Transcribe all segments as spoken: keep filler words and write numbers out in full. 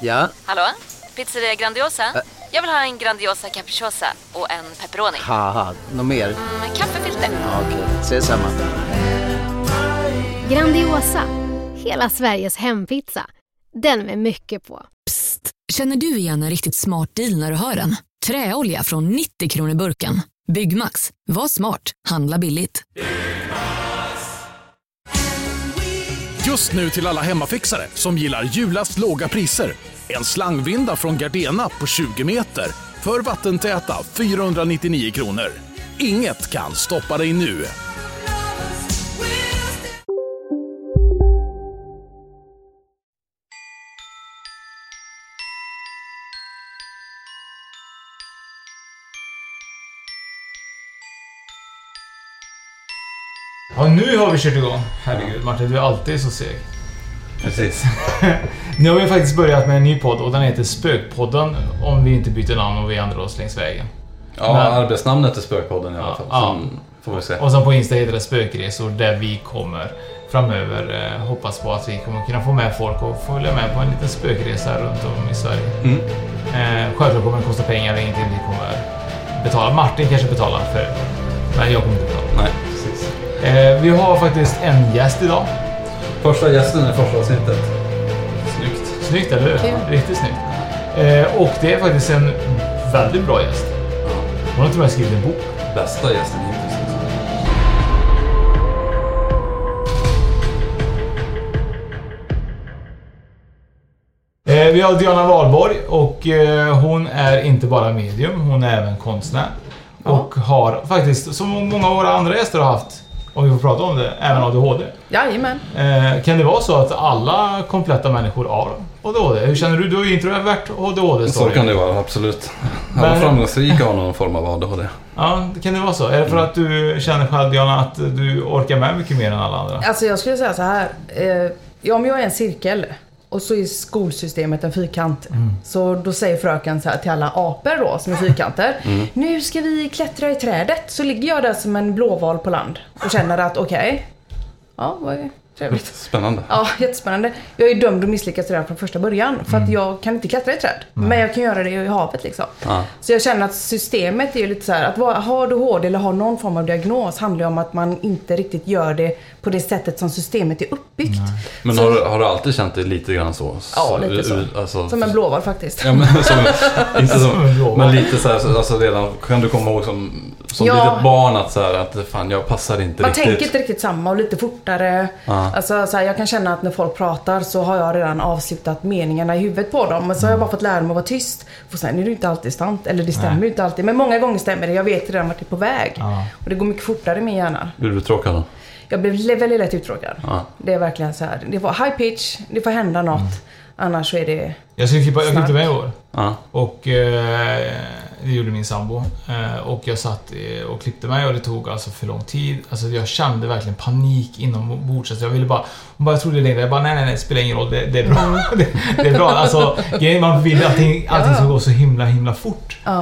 Ja? Hallå? Pizzeria Grandiosa? Ä- Jag vill ha en Grandiosa capriciosa och en pepperoni. Haha, något mer? Mm, kaffefilter. Ja, okej, okay. Ses samma. Grandiosa, hela Sveriges hempizza. Den med mycket på. Psst, känner du igen en riktigt smart deal när du hör den? Träolja från nittio kronor burken. Byggmax, var smart, handla billigt. Just nu till alla hemmafixare som gillar julast låga priser. En slangvinda från Gardena på tjugo meter för vattentäta fyrahundranittionio kronor. Inget kan stoppa dig nu. Ja, nu har vi kört igång. Herregud, Martin, du är alltid så seg. Precis. Nu har vi faktiskt börjat med en ny podd och den heter Spökpodden, om vi inte byter namn och vi ändrar oss längs vägen. Ja, Men, arbetsnamnet är Spökpodden i alla fall. Ja, som, får vi se. Och sen på Insta heter det Spökresor, där vi kommer framöver eh, hoppas på att vi kommer kunna få med folk och följa med på en liten spökresa runt om i Sverige. Mm. Eh, självklart kommer det kosta pengar, det är ingenting vi kommer betala. Martin kanske betalar för, men jag kommer inte betala. Nej, precis. Eh, vi har faktiskt en gäst idag. Första gästen i första avsnittet. Snyggt. Snyggt, eller hur? Kul. Riktigt snyggt. Eh, och det är faktiskt en väldigt bra gäst. Hon har till och med skrivit en bok. Bästa gästen hittills. Eh, vi har Diana Wahlborg och eh, hon är inte bara medium, hon är även konstnär. Ja. Och har faktiskt, som många av våra andra gäster har haft, om vi får prata om det, även A D H D. Jajamän. Eh, kan det vara så att alla kompletta människor har A D H D? Hur känner du? Du är ju introvert A D H D. Så kan det vara, absolut. Alla Men, framgångsrika har någon form av A D H D. Ja, kan det vara så? Är det för att du känner själv, Diana, att du orkar med mycket mer än alla andra? Alltså jag skulle säga så här. Eh, ja, om jag är en cirkel och så är skolsystemet en fyrkant. Mm. Så då säger fröken så här till alla apor då, som är fyrkanter. Mm. Nu ska vi klättra i trädet. Så ligger jag där som en blåval på land och känner att okej. Okay, ja, vad är trevligt. Spännande. Ja, jättespännande. Jag är ju dömd att misslyckas redan från första början. För att jag kan inte klättra i träd. Mm. Men jag kan göra det i havet liksom. Ah. Så jag känner att systemet är ju lite så här. Att ha A D H D eller ha någon form av diagnos handlar ju om att man inte riktigt gör det på det sättet som systemet är uppbyggt. Nej. Men så, har, har du alltid känt det lite grann så? Ja, lite så. Alltså, som en blåval faktiskt. Ja, men, som, inte som, men lite så här, alltså redan, kan du komma ihåg som, som ja. litet barn att, så här, att fan, jag passar inte man riktigt. Man tänker inte riktigt samma och lite fortare. Ah. Alltså, så här, jag kan känna att när folk pratar så har jag redan avslutat meningarna i huvudet på dem. Men så har jag bara fått lära mig att vara tyst. För sen är det inte alltid sant. Eller det stämmer ju inte alltid. Men många gånger stämmer det. Jag vet redan vart det är på väg. Ah. Och det går mycket fortare i min hjärna. Blir du tråkad då? Jag blev väldigt lätt uttråkad. Ah. Det är verkligen så här. Det var high pitch. Det får hända något. Mm. Annars så är det... Jag ska klippa, jag klippte med i år. Ah. Och eh, det gjorde min sambo. Eh, och jag satt och klippte mig och det tog alltså för lång tid. Alltså jag kände verkligen panik inombords. Alltså jag ville bara... Hon bara, jag trodde längre. Jag bara, nej, nej, nej, det spelar ingen roll. Det, det är bra. det, det är bra. Alltså, man vill att allting, allting ska gå så himla, himla fort. Ah.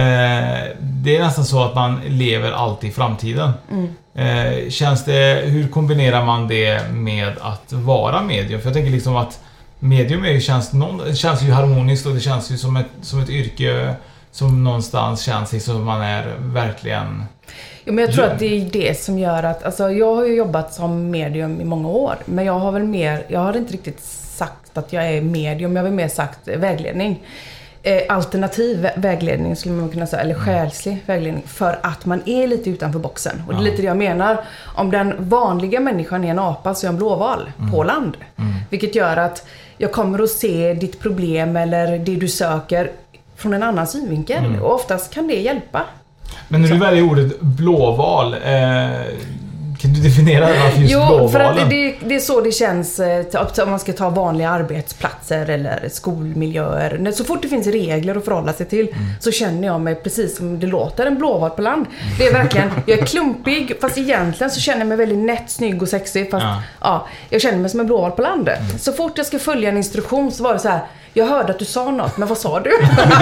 Eh, det är nästan så att man lever alltid i framtiden. Mm. Eh, känns det... Hur kombinerar man det med att vara medium? För jag tänker liksom att medium är ju, känns, någon, det känns ju harmoniskt och det känns ju som ett, som ett yrke som någonstans känns som man är verkligen... Jo, men jag tror att det är det som gör att... Alltså, jag har ju jobbat som medium i många år. Men jag har väl mer... Jag har inte riktigt sagt att jag är medium. Jag har väl mer sagt vägledning. Eh, alternativ vägledning skulle man kunna säga. Eller själslig vägledning. För att man är lite utanför boxen. Och det är lite det jag menar. Om den vanliga människan är en apa så är en blåval mm. på land. Mm. Vilket gör att jag kommer att se ditt problem eller det du söker från en annan synvinkel. Mm. Och oftast kan det hjälpa. Men när du väljer ordet blåval, eh, kan du definiera varför just jo, blåvalen? För att det, det är så det känns om man ska ta vanliga arbetsplatser eller skolmiljöer. Så fort det finns regler att förhålla sig till mm. så känner jag mig precis som det låter en blåval på land. Det är verkligen, jag är klumpig fast egentligen så känner jag mig väldigt nätt, snygg och sexig. Fast ja. Ja, jag känner mig som en blåval på landet. Mm. Så fort jag ska följa en instruktion så var det så här. Jag hörde att du sa något, men vad sa du?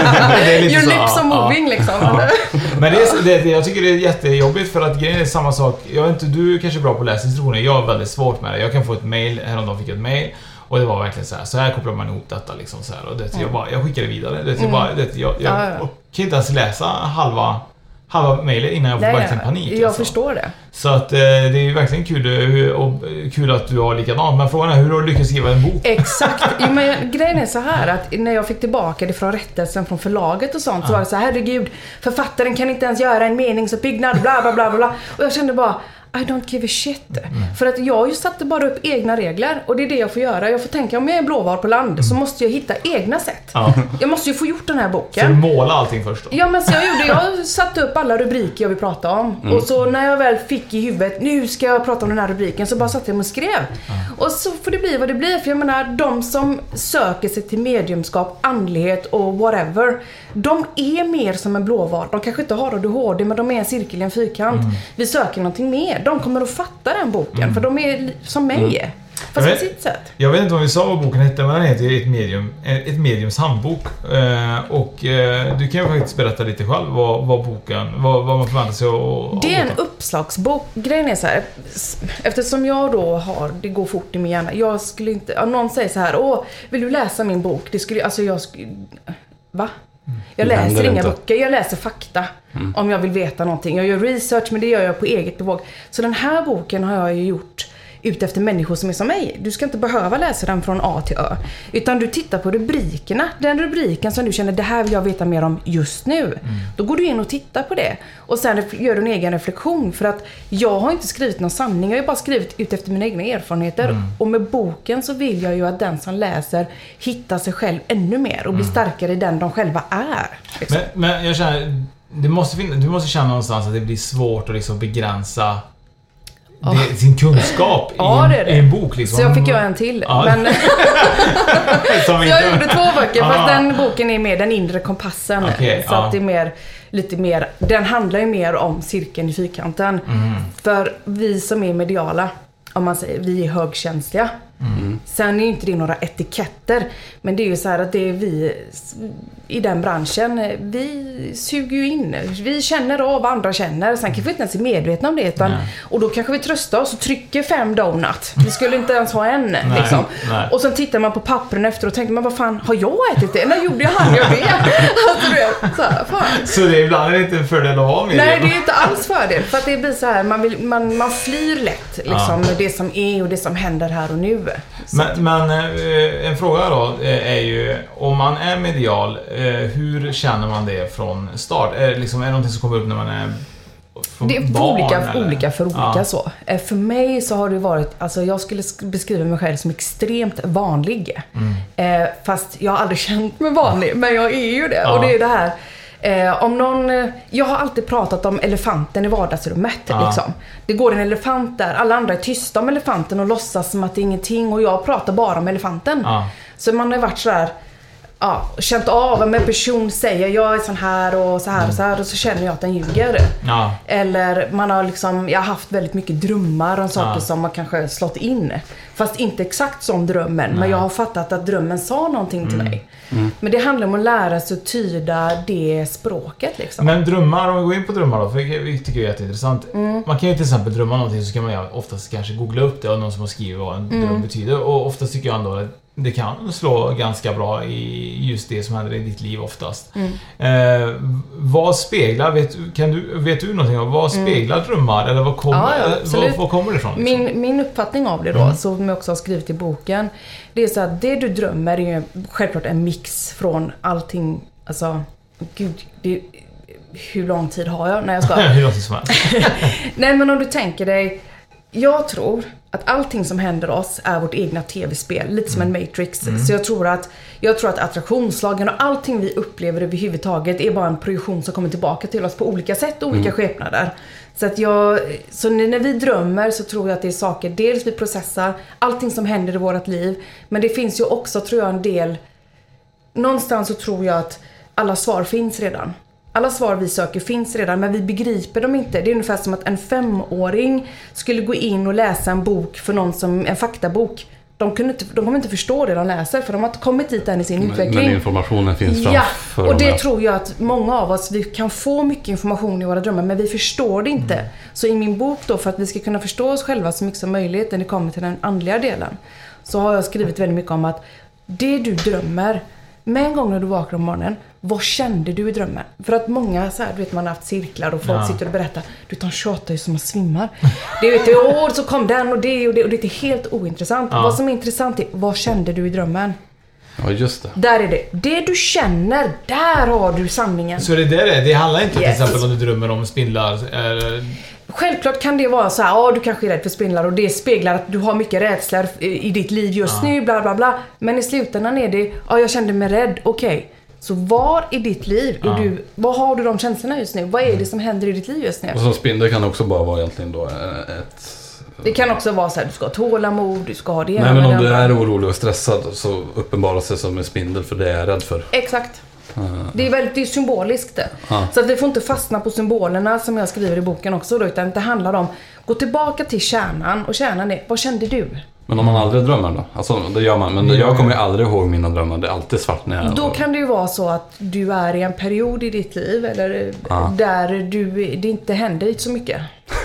Your lips are moving, ja, liksom. Ja. Men det är, det, jag tycker det är jättejobbigt för att grejen är samma sak. Jag vet inte, du är kanske bra på att läsa instruktioner. Jag är väldigt svårt med det. Jag kan få ett mail, häromdagen fick jag ett mail. Och det var verkligen så här, så här kopplar man ihop detta liksom så här. Och det, Mm. jag, bara, jag skickade vidare. Det, jag, Mm. bara, det, jag, jag, Ja, ja. kan inte ens läsa halva, halva mejlet innan jag får Nej, verkligen ja. panik. Jag alltså. förstår det. Så att eh, det är ju verkligen kul, hur, och kul att du har likadant. Men frågan är, hur har du lyckats skriva en bok? Exakt. Jo, men grejen är så här att när jag fick tillbaka det från rättelsen från förlaget och sånt, så var det så här, herregud, författaren kan inte ens göra en meningsuppbyggnad, bla bla bla bla. Och jag kände bara, I don't give a shit. Mm. För att jag ju satte bara upp egna regler. Och det är det jag får göra. Jag får tänka, om jag är en blåval på land mm. så måste jag hitta egna sätt. Ja. Jag måste ju få gjort den här boken. Så du måla allting först då? Ja, men så jag gjorde, jag satte upp alla rubriker jag vill prata om. Mm. Och så när jag väl fick i huvudet, nu ska jag prata om den här rubriken, så bara satte jag mig och skrev. Mm. Och så får det bli vad det blir. För jag menar, de som söker sig till mediumskap, andlighet och whatever, de är mer som en blåval. De kanske inte har A D H D, men de är en cirkel i en fyrkant. Mm. Vi söker någonting mer. De kommer att fatta den boken, mm. för de är som mig. Mm. Fast på sitt sätt. Jag vet inte vad vi sa vad boken hette, men den heter ett medium, ett mediums handbok. Eh, och eh, du kan ju faktiskt berätta lite själv vad, vad boken, vad, vad man förväntar sig att... Det är en uppslagsbok. Grejen är så här, eftersom jag då har, det går fort i min hjärna. Jag skulle inte, om någon säger så här, åh, vill du läsa min bok? Det skulle, alltså jag skulle, va? Jag läser inga böcker, jag läser fakta mm. om jag vill veta någonting. Jag gör research, men det gör jag på eget bevåg. Så den här boken har jag ju gjort ut efter människor som är som mig. Du ska inte behöva läsa den från A till Ö, utan du tittar på rubrikerna. Den rubriken som du känner, det här vill jag veta mer om just nu. Mm. Då går du in och tittar på det. Och sen gör du en egen reflektion. För att jag har inte skrivit någon sanning. Jag har bara skrivit ut efter mina egna erfarenheter. Mm. Och med boken så vill jag ju att den som läser hittar sig själv ännu mer. Och blir mm. starkare i den de själva är. Liksom. Men, men jag känner, det måste finna, du måste känna någonstans att det blir svårt att liksom begränsa det, sin kunskap ja, i, en, det det. i en bok liksom. Så jag fick göra en till ja. men... Så jag gjorde två böcker. Fast den boken är mer den inre kompassen. Okay, så ja. att det är mer, lite mer, den handlar ju mer om cirkeln i fyrkanten. Mm. För vi som är mediala, om man säger, vi är högkänsliga. Mm. Sen är ju inte det några etiketter, men det är ju så här att det är vi i den branschen, vi suger ju in, vi känner av vad andra känner, sen kanske vi inte ens är medvetna om det, utan, och då kanske vi tröstar oss och trycker fem donut, vi skulle inte ens ha en nej, liksom. Nej. Och sen tittar man på pappren efter och tänker man, vad fan, har jag ätit det? När gjorde jag han jag det? Alltså, det så, här, fan. Så det är ibland inte en fördel att ha med. Nej, det är inte alls fördel, för att det blir så här, man, vill, man, man flyr lätt liksom, ja. det som är och det som händer här och nu. Men, men en fråga då är ju, om man är medial, hur känner man det från start? Är det, liksom, är det någonting som kommer upp när man är det är barn, olika, olika för olika ja. så. För mig så har det varit, alltså jag skulle beskriva mig själv som extremt vanlig. Mm. Fast jag har aldrig känt mig vanlig, men jag är ju det. Ja. Och det är det här. Eh, om någon, jag har alltid pratat om elefanten i vardagsrummet ja. liksom. Det går en elefant där, alla andra är tysta om elefanten och låtsas som att det är ingenting, och jag pratar bara om elefanten ja. Så man har varit så här, ja, känt av vad en person säger, jag är sån här och så här och så här, och så känner jag att den ljuger ja. Eller man har liksom, jag har haft väldigt mycket drömmar om saker ja. Som man kanske slått in, fast inte exakt som drömmen. Nej. Men jag har fattat att drömmen sa någonting till mm. mig. Mm. Men det handlar om att lära sig att tyda det språket liksom. Men drömmar, om vi går in på drömmar då, för vi tycker det är jätteintressant. Mm. Man kan ju till exempel drömma någonting, så kan man ju oftast kanske googla upp det och någon som har skrivit vad en mm. dröm betyder. Och oftast tycker jag ändå att det kan slå ganska bra i just det som händer i ditt liv oftast. Mm. Eh, vad speglar, vet, kan du, vet du någonting om vad speglar mm. drömmar? Eller vad kommer, ja, ja, vad, vad kommer det ifrån? Liksom? Min, min uppfattning av det då, mm. som jag också har skrivit i boken, det är så att det du drömmer är ju självklart en mix från allting, alltså, gud, det, hur lång tid har jag när jag ska? Hur lång tid som helst. Nej, men om du tänker dig, jag tror att allting som händer oss är vårt egna tv-spel, lite som en Matrix. Mm. Så jag tror att jag tror att attraktionslagen och allting vi upplever överhuvudtaget är bara en projektion som kommer tillbaka till oss på olika sätt, olika mm. skepnader. Så att jag så när vi drömmer så tror jag att det är saker dels vi processar allting som händer i vårt liv, men det finns ju också, tror jag, en del någonstans så tror jag att alla svar finns redan. Alla svar vi söker finns redan, men vi begriper dem inte. Det är ungefär som att en femåring skulle gå in och läsa en bok för någon som en faktabok. De, kunde inte, de kommer inte förstå det de läser, för de har inte kommit dit än i sin men, utveckling. Men informationen finns framför. Ja, och det tror jag att många av oss, vi kan få mycket information i våra drömmar, men vi förstår det inte. Mm. Så i min bok då, för att vi ska kunna förstå oss själva så mycket som möjligt när det kommer till den andliga delen, så har jag skrivit väldigt mycket om att det du drömmer, med en gång när du vaknar om morgonen, vad kände du i drömmen? För att många, så här, du vet, man har haft cirklar och folk ja. sitter och berättar, du tar en tjata ju som man svimmar. Det vet du, åh, så kom den och det och det och det är helt ointressant. Ja. Vad som är intressant är, vad kände du i drömmen? Ja, just det. Där är det. Det du känner, där har du sanningen. Så det är det, det handlar inte yes. till exempel om du drömmer om spindlar eller... Självklart kan det vara så här, ja, du kanske är rädd för spindlar och det speglar att du har mycket rädslor i ditt liv just ja. nu, bla bla bla. Men i slutändan är det, ja, jag kände mig rädd, okej. Okay. Så var i ditt liv, ja. du, vad har du de känslorna just nu? Vad är det som händer i ditt liv just nu? Och så spindlar kan också bara vara egentligen då ett... Det kan också vara så här, du ska ha tålamod, du ska ha det. Nej, men om du är orolig och stressad så uppenbarar sig som en spindel, för det är jag rädd för. Exakt. Det är väldigt det är symboliskt det. Ah. Så att vi får inte fastna på symbolerna som jag skriver i boken också då, utan det handlar om gå tillbaka till kärnan, och kärnan är, vad kände du? Men om man aldrig drömmer då? Alltså det gör man, men mm. jag kommer ju aldrig ihåg mina drömmar, det är alltid svart när jag... Då kan det ju vara så att du är i en period i ditt liv eller ah. där du, det inte händer så mycket.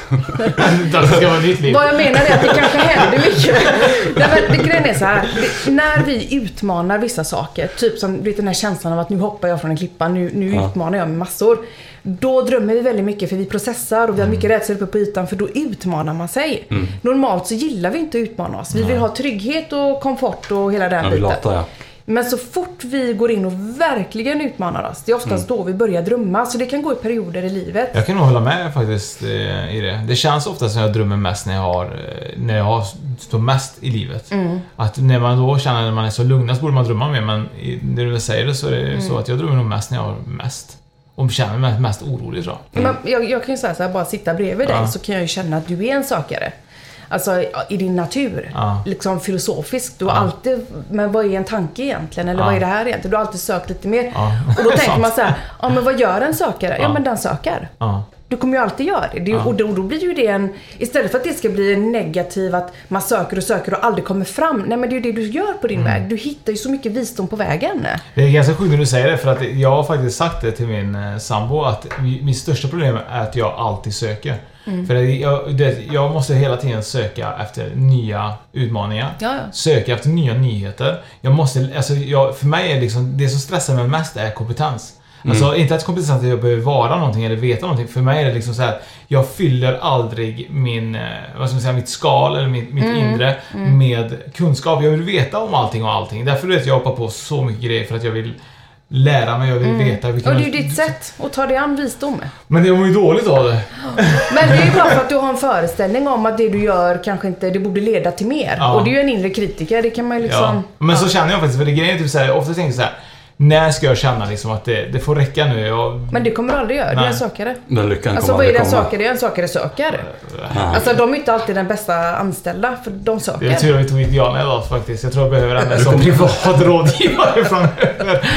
Det ska vara ditt liv. Vad jag menar är att det kanske händer mycket. Nej, men det grejen är så här, det, när vi utmanar vissa saker, typ som du vet, den här känslan av att nu hoppar jag från en klippa, nu, nu ja. utmanar jag med massor. Då drömmer vi väldigt mycket, för vi processar och vi har mycket rädsla uppe på ytan, för då utmanar man sig. Mm. Normalt så gillar vi inte att utmana oss. Vi vill ha trygghet och komfort och hela den ja, biten. Låta, ja. Men så fort vi går in och verkligen utmanar oss, det är oftast mm. då vi börjar drömma. Så det kan gå i perioder i livet. Jag kan nog hålla med faktiskt i det. Det känns ofta som jag drömmer mest när jag har när jag har står mest i livet. Mm. Att när man då känner att man är så lugnast borde man drömma mer. Men när du säger det så är det mm. så att jag drömmer nog mest när jag har mest. Och känner mig mest orolig, tror jag. Mm. Men jag, jag kan ju säga så här, bara sitta bredvid ja. dig så kan jag ju känna att du är en sökare. Alltså i din natur, ja. liksom filosofiskt. Du har ja. alltid, men vad är en tanke egentligen? Eller ja. vad är det här egentligen? Du har alltid sökt lite mer. Ja. Och då tänker man så här, ja men vad gör en sökare? Ja, ja men den söker. Ja. Du kommer ju alltid göra det. det ja. och, då, och då blir ju det en, istället för att det ska bli en negativ att man söker och söker och aldrig kommer fram. Nej, men det är ju det du gör på din mm. väg. Du hittar ju så mycket visdom på vägen. Det är ganska sjukt när du säger det, för att jag har faktiskt sagt det till min eh, sambo att vi, min största problem är att jag alltid söker. Mm. För jag, det, jag måste hela tiden söka efter nya utmaningar. Ja, ja. Söka efter nya nyheter. Jag måste, alltså jag, för mig är liksom, det som stressar mig mest är kompetens. Mm. Alltså inte att kompetens att jag behöver vara någonting eller veta någonting. För mig är det liksom så här, jag fyller aldrig min, vad ska man säga, mitt skal eller mitt, mitt mm. inre mm. med kunskap. Jag vill veta om allting och allting. Därför vet jag hoppar på så mycket grejer, för att jag vill lära mig, jag vill mm. veta. Och det är ju ditt sätt att ta dig an visdom. Men det var ju dåligt av det. Men det är ju bara för att du har en föreställning om att det du gör kanske inte, det borde leda till mer. Ja. Och det är ju en inre kritiker, det kan man ju liksom... Ja. Men ja. så känner jag faktiskt, för det grejen är typ så här, ofta tänker jag så här, när ska jag känna liksom att det, det får räcka nu? Jag... Men det kommer du aldrig göra, det är en sökare. Den lyckan alltså vad är det en sökare? Det är en sökare söker. Ja. Alltså de är inte alltid den bästa anställda, för de söker. Jag tror att vi tog idealen idag faktiskt. Jag tror jag behöver en som privat rådgivare framöver.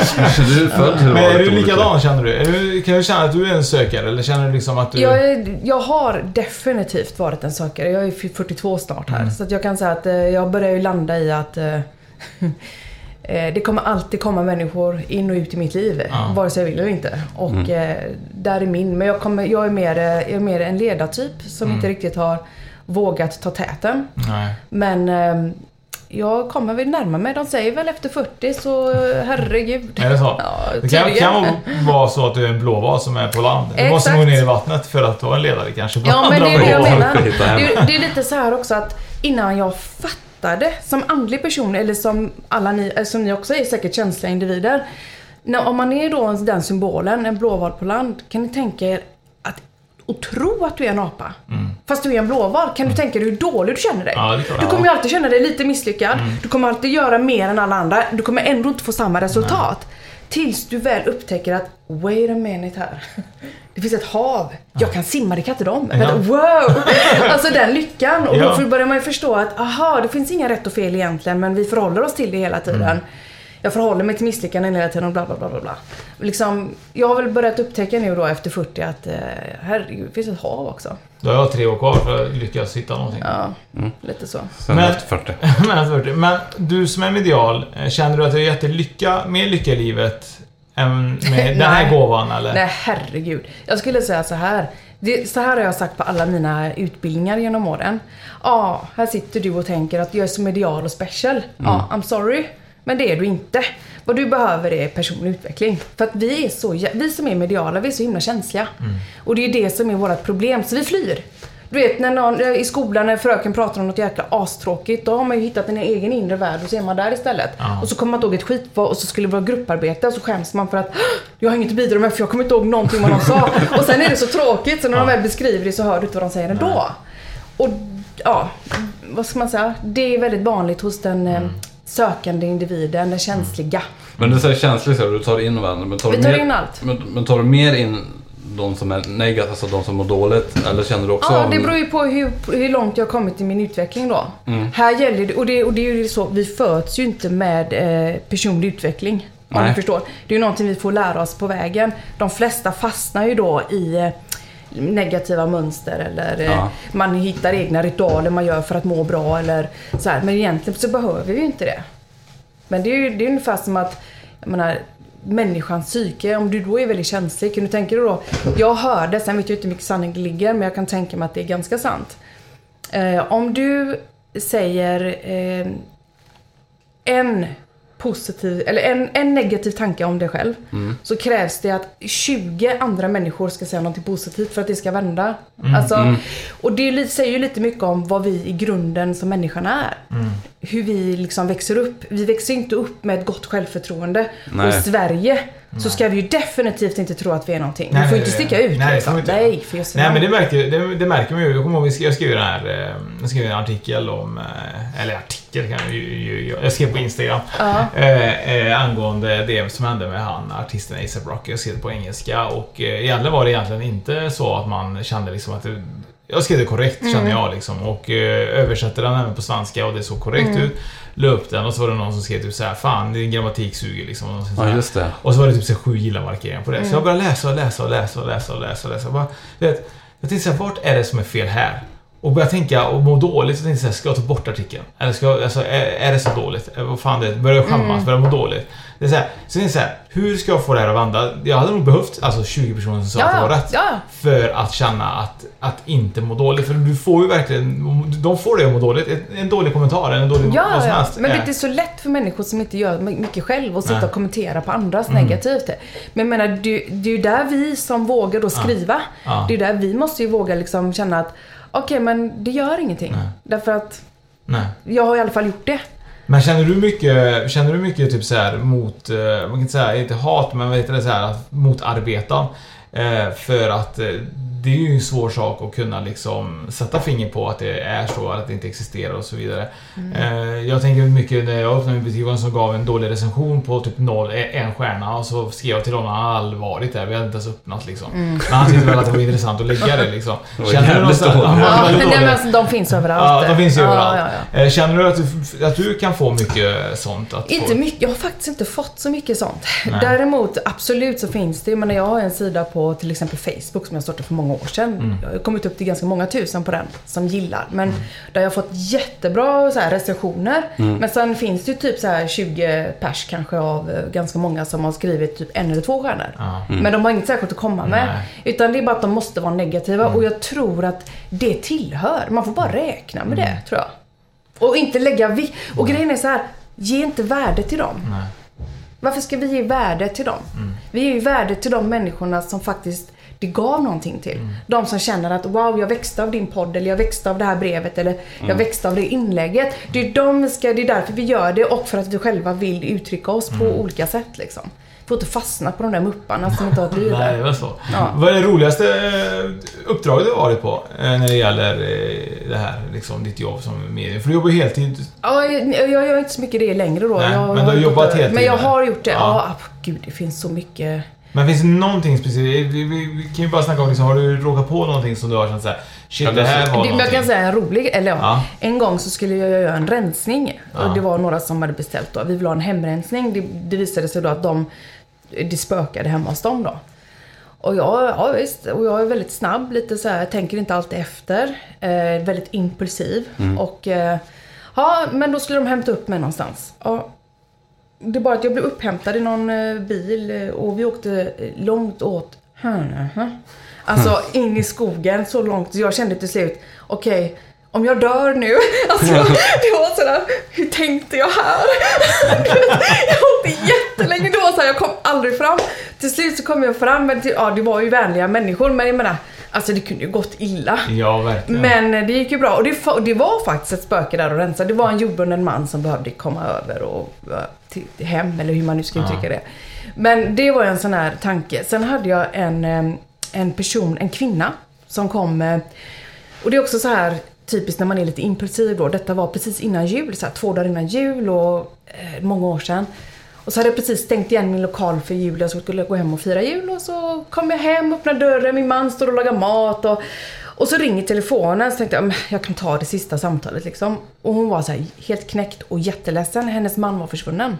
Du född, men är du likadan, känner du? Är du? Kan du känna att du är en sökare? Eller känner du liksom att du... Jag, är, jag har definitivt varit en sökare. Jag är fyrtiotvå snart här. Mm. Så att jag kan säga att jag börjar ju landa i att... det kommer alltid komma människor in och ut i mitt liv, ja. vare sig jag vill eller inte. Och mm. eh, där är min. Men jag, kommer, jag, är mer, jag är mer en ledartyp som mm. inte riktigt har vågat ta täten. Nej. Men eh, jag kommer väl närma mig. De säger väl efter fyrtio, så herregud. Är det så? Ja, det kan, kan vara så att du är en blåval som är på land. Du måste gå ner i vattnet för att vara en ledare kanske. Ja, men det är det jag menar. Det, det är lite så här också att innan jag fattar som andlig person, eller som alla ni, som ni också är säkert känsliga individer. När, om man är då den symbolen, en blåval på land, kan ni tänka er att och tro att du är en apa. Mm. Fast du är en blåval, kan du mm. tänka dig hur dålig du känner dig? Ja, du kommer ju alltid känna dig lite misslyckad. Mm. Du kommer alltid göra mer än alla andra. Du kommer ändå inte få samma resultat. Nej. Tills du väl upptäcker att wait a minute här. Det finns ett hav. Jag kan simma, det kan inte de. Ja. Men, wow! Alltså den lyckan. Och ja. då börjar man ju förstå att aha, det finns inga rätt och fel egentligen, men vi förhåller oss till det hela tiden. Mm. Jag förhåller mig till misslyckanden hela tiden och bla bla bla bla bla. Liksom, jag har väl börjat upptäcka nu då efter fyrtio att herregud, det finns ett hav också. Då har jag tre år kvar för att lyckas hitta någonting. Ja, mm. lite så. Sen men, efter fyrtio. men, efter fyrtio. Men du som är medial, känner du att du är jättelycka, mer lycka i livet än med den här gåvan? Eller? Nej, herregud. Jag skulle säga så här. Det, så här har jag sagt på alla mina utbildningar genom åren. Ja, här sitter du och tänker att jag är så medial och special. Ja, I'm sorry. Men det är du inte. Vad du behöver är personlig utveckling. För att vi är så, vi som är mediala, vi är så himla känsliga. Mm. Och det är det som är vårt problem. Så vi flyr. Du vet, när någon, i skolan när fröken pratar om något jäkla astråkigt, då har man ju hittat en egen inre värld och så är man där istället. Ja. Och så kommer man inte ihåg ett skit och så skulle det vara grupparbete och så skäms man för att jag har inget att bidra med för jag kommer inte ihåg någonting vad de sa. Och sen är det så tråkigt så när ja. de väl beskriver det så hör du inte vad de säger ändå. Och ja, vad ska man säga? Det är väldigt vanligt hos den mm. sökande individen, den känsliga. Men du säger känslig så du tar in varandra. Men tar Vi du tar mer, in allt. Men, men tar du mer in de som är negativa, alltså de som mår dåligt, eller känner du också? Ja, det beror ju på hur, hur långt jag har kommit i min utveckling då. Mm. Här gäller det, och det, och det är ju så, vi föds ju inte med eh, personlig utveckling, om Nej. du förstår. Det är ju någonting vi får lära oss på vägen. De flesta fastnar ju då i eh, negativa mönster eller eh, ja. man hittar egna ritualer man gör för att må bra eller så här. Men egentligen så behöver vi ju inte det. Men det är ju det är ungefär som att, jag menar, människans psyke, om du då är väldigt känslig, kan du tänka dig då, jag hörde, sen vet jag inte hur mycket sanning det ligger, men jag kan tänka mig att det är ganska sant. Eh, om du säger eh, en positiv, eller en, en negativ tanke om dig själv, mm. så krävs det att tjugo andra människor ska säga något positivt för att det ska vända. Mm. Alltså, mm. Och det säger ju lite mycket om vad vi i grunden som människan är. Mm. Hur vi liksom växer upp. Vi växer inte upp med ett gott självförtroende. Nej. Och i Sverige nej. så ska vi ju definitivt inte tro att vi är någonting. Nej, vi får inte sticka ut. Nej, liksom. inte. nej, för jag nej men det märker, det, det märker man ju. Jag kommer ihåg att jag skrev den här, jag skrev en artikel om, eller artikel kan jag ju, jag skrev på Instagram uh-huh. eh, angående det som hände med han, artisten A$AP Rocky. Jag skrev det på engelska och eh, egentligen var det egentligen inte så att man kände liksom att det, jag skrev det korrekt mm. kände jag liksom och eh, översatte den även på svenska och det såg korrekt mm. ut. La upp den och så var det någon som skrev typ så här, fan din grammatik suger liksom. Och så, ja, just det. Och så var det typ så här, sju gilla-markeringar på det. Mm. Så jag började läsa och läsa och läsa och läsa och läsa och läsa. Och bara, vet, jag tänkte så här, vart är det som är fel här? Och började tänka och må dåligt så tänkte jag så här, ska jag ta bort artikeln? Eller ska jag, alltså, är, är det så dåligt? Vad fan det är? Börjar jag skämmas för att må dåligt? Det är så här, så det är så här, hur ska jag få det här att vända? Jag hade nog behövt alltså tjugo personer som sa ja, att det var rätt. Ja. För att känna att, att inte må dåligt. För du får ju verkligen, de får det att må dåligt. En dålig kommentar eller en dålig ja, vad som ja. helst. Men det är så lätt för människor som inte gör mycket själv och sitta Nej. och kommentera på andras Mm. negativt. Men jag menar, det, det är ju där vi som vågar då skriva. Ja. Ja. Det är där vi måste ju våga liksom känna att okej, okay, men det gör ingenting. Nej. Därför att Nej. jag har i alla fall gjort det. Men känner du mycket känner du mycket typ så här mot man kan inte säga inte hat men vad heter det så här mot arbeten eh, för att eh, det är ju en svår sak att kunna liksom sätta finger på att det är så att det inte existerar och så vidare. Mm. Eh, jag tänker mycket när jag öppnade min butik som gav en dålig recension på typ noll, en stjärna och så skrev jag till honom allvarligt där, vi hade inte ens öppnat liksom. Mm. Men han tyckte väl att det var intressant att lägga det liksom. Känner du något ja, men alltså, de finns överallt. Ja, de finns ju ja, överallt. Ja, ja. Känner du att du, att du kan få mycket sånt? Att inte få... mycket, jag har faktiskt inte fått så mycket sånt. Nej. Däremot absolut så finns det, men jag har en sida på till exempel Facebook som jag startade för många år sedan. Mm. Jag har kommit upp till ganska många tusen på den som gillar. Men mm. där jag har fått jättebra så här recensioner. Mm. Men sen finns det ju typ så här tjugo pers kanske av ganska många som har skrivit typ en eller två stjärnor. Mm. Men de har inget särskilt att komma med. Nej. Utan det är bara att de måste vara negativa. Mm. Och jag tror att det tillhör. Man får bara räkna med mm. det, tror jag. Och inte lägga vi. Och grejen är så här, ge inte värde till dem. Nej. Varför ska vi ge värde till dem? Mm. Vi ger ju värde till de människorna som faktiskt det gav någonting till. Mm. De som känner att wow, jag växte av din podd eller jag växte av det här brevet eller mm. jag växte av det inlägget. Det är, de ska, det är därför vi gör det och för att vi själva vill uttrycka oss mm. på olika sätt liksom. Får inte fastna på de där mupparna som inte har ett liv. Nej, det var så. Ja. Vad är det roligaste uppdraget du har varit på när det gäller det här, liksom ditt jobb som medium? För du jobbar ju heltid. Ja, jag, jag gör inte så mycket det längre då. Nej, jag, men du har jobbat heltid. Men jag har gjort det. Ja, ja gud, det finns så mycket. Men finns det någonting speciellt? Vi, vi, vi kan ju bara snacka om, liksom, har du råkat på någonting som du har känt så här, shit, det här var det, någonting. Jag kan säga en rolig, eller ja, ja. En gång så skulle jag göra en rensning. Ja. Och det var några som hade beställt då. Vi ville ha en hemrensning. Det, det visade sig då att de, det spökade hemma hos dem då. Och jag, ja visst, och jag är väldigt snabb, lite så här, jag tänker inte alltid efter. Eh, väldigt impulsiv. Mm. Och eh, ja, men då skulle de hämta upp mig någonstans. Ja. Det är bara att jag blev upphämtad i någon bil och vi åkte långt åt Uh-huh. Alltså in i skogen så långt. Så jag kände till slut, okej, okay, om jag dör nu. Alltså det var sådär, hur tänkte jag här? Jag åkte jättelänge. Det var så här, jag kom aldrig fram. Till slut så kom jag fram. Men till, ja, det var ju vänliga människor. Men jag menar, alltså det kunde ju gått illa. Ja, verkligen. Men det gick ju bra. Och det, det var faktiskt ett spöke där och rensa. Det var en jordbunden man som behövde komma över och till, till hem. Eller hur man nu ska uttrycka ja. det. Men det var en sån här tanke. Sen hade jag en, en person, en kvinna som kom. Och det är också så här typiskt när man är lite impulsiv då. Detta var precis innan jul, så här, två dagar innan jul och eh, många år sedan. Och så hade jag precis stängt igen min lokal för jul. Jag skulle gå hem och fira jul. Och så kom jag hem, öppnade dörren, min man står och lagar mat. Och, och så ringer telefonen. Så tänkte jag, jag kan ta det sista samtalet liksom. Och hon var så här helt knäckt och jätteledsen. Hennes man var försvunnen.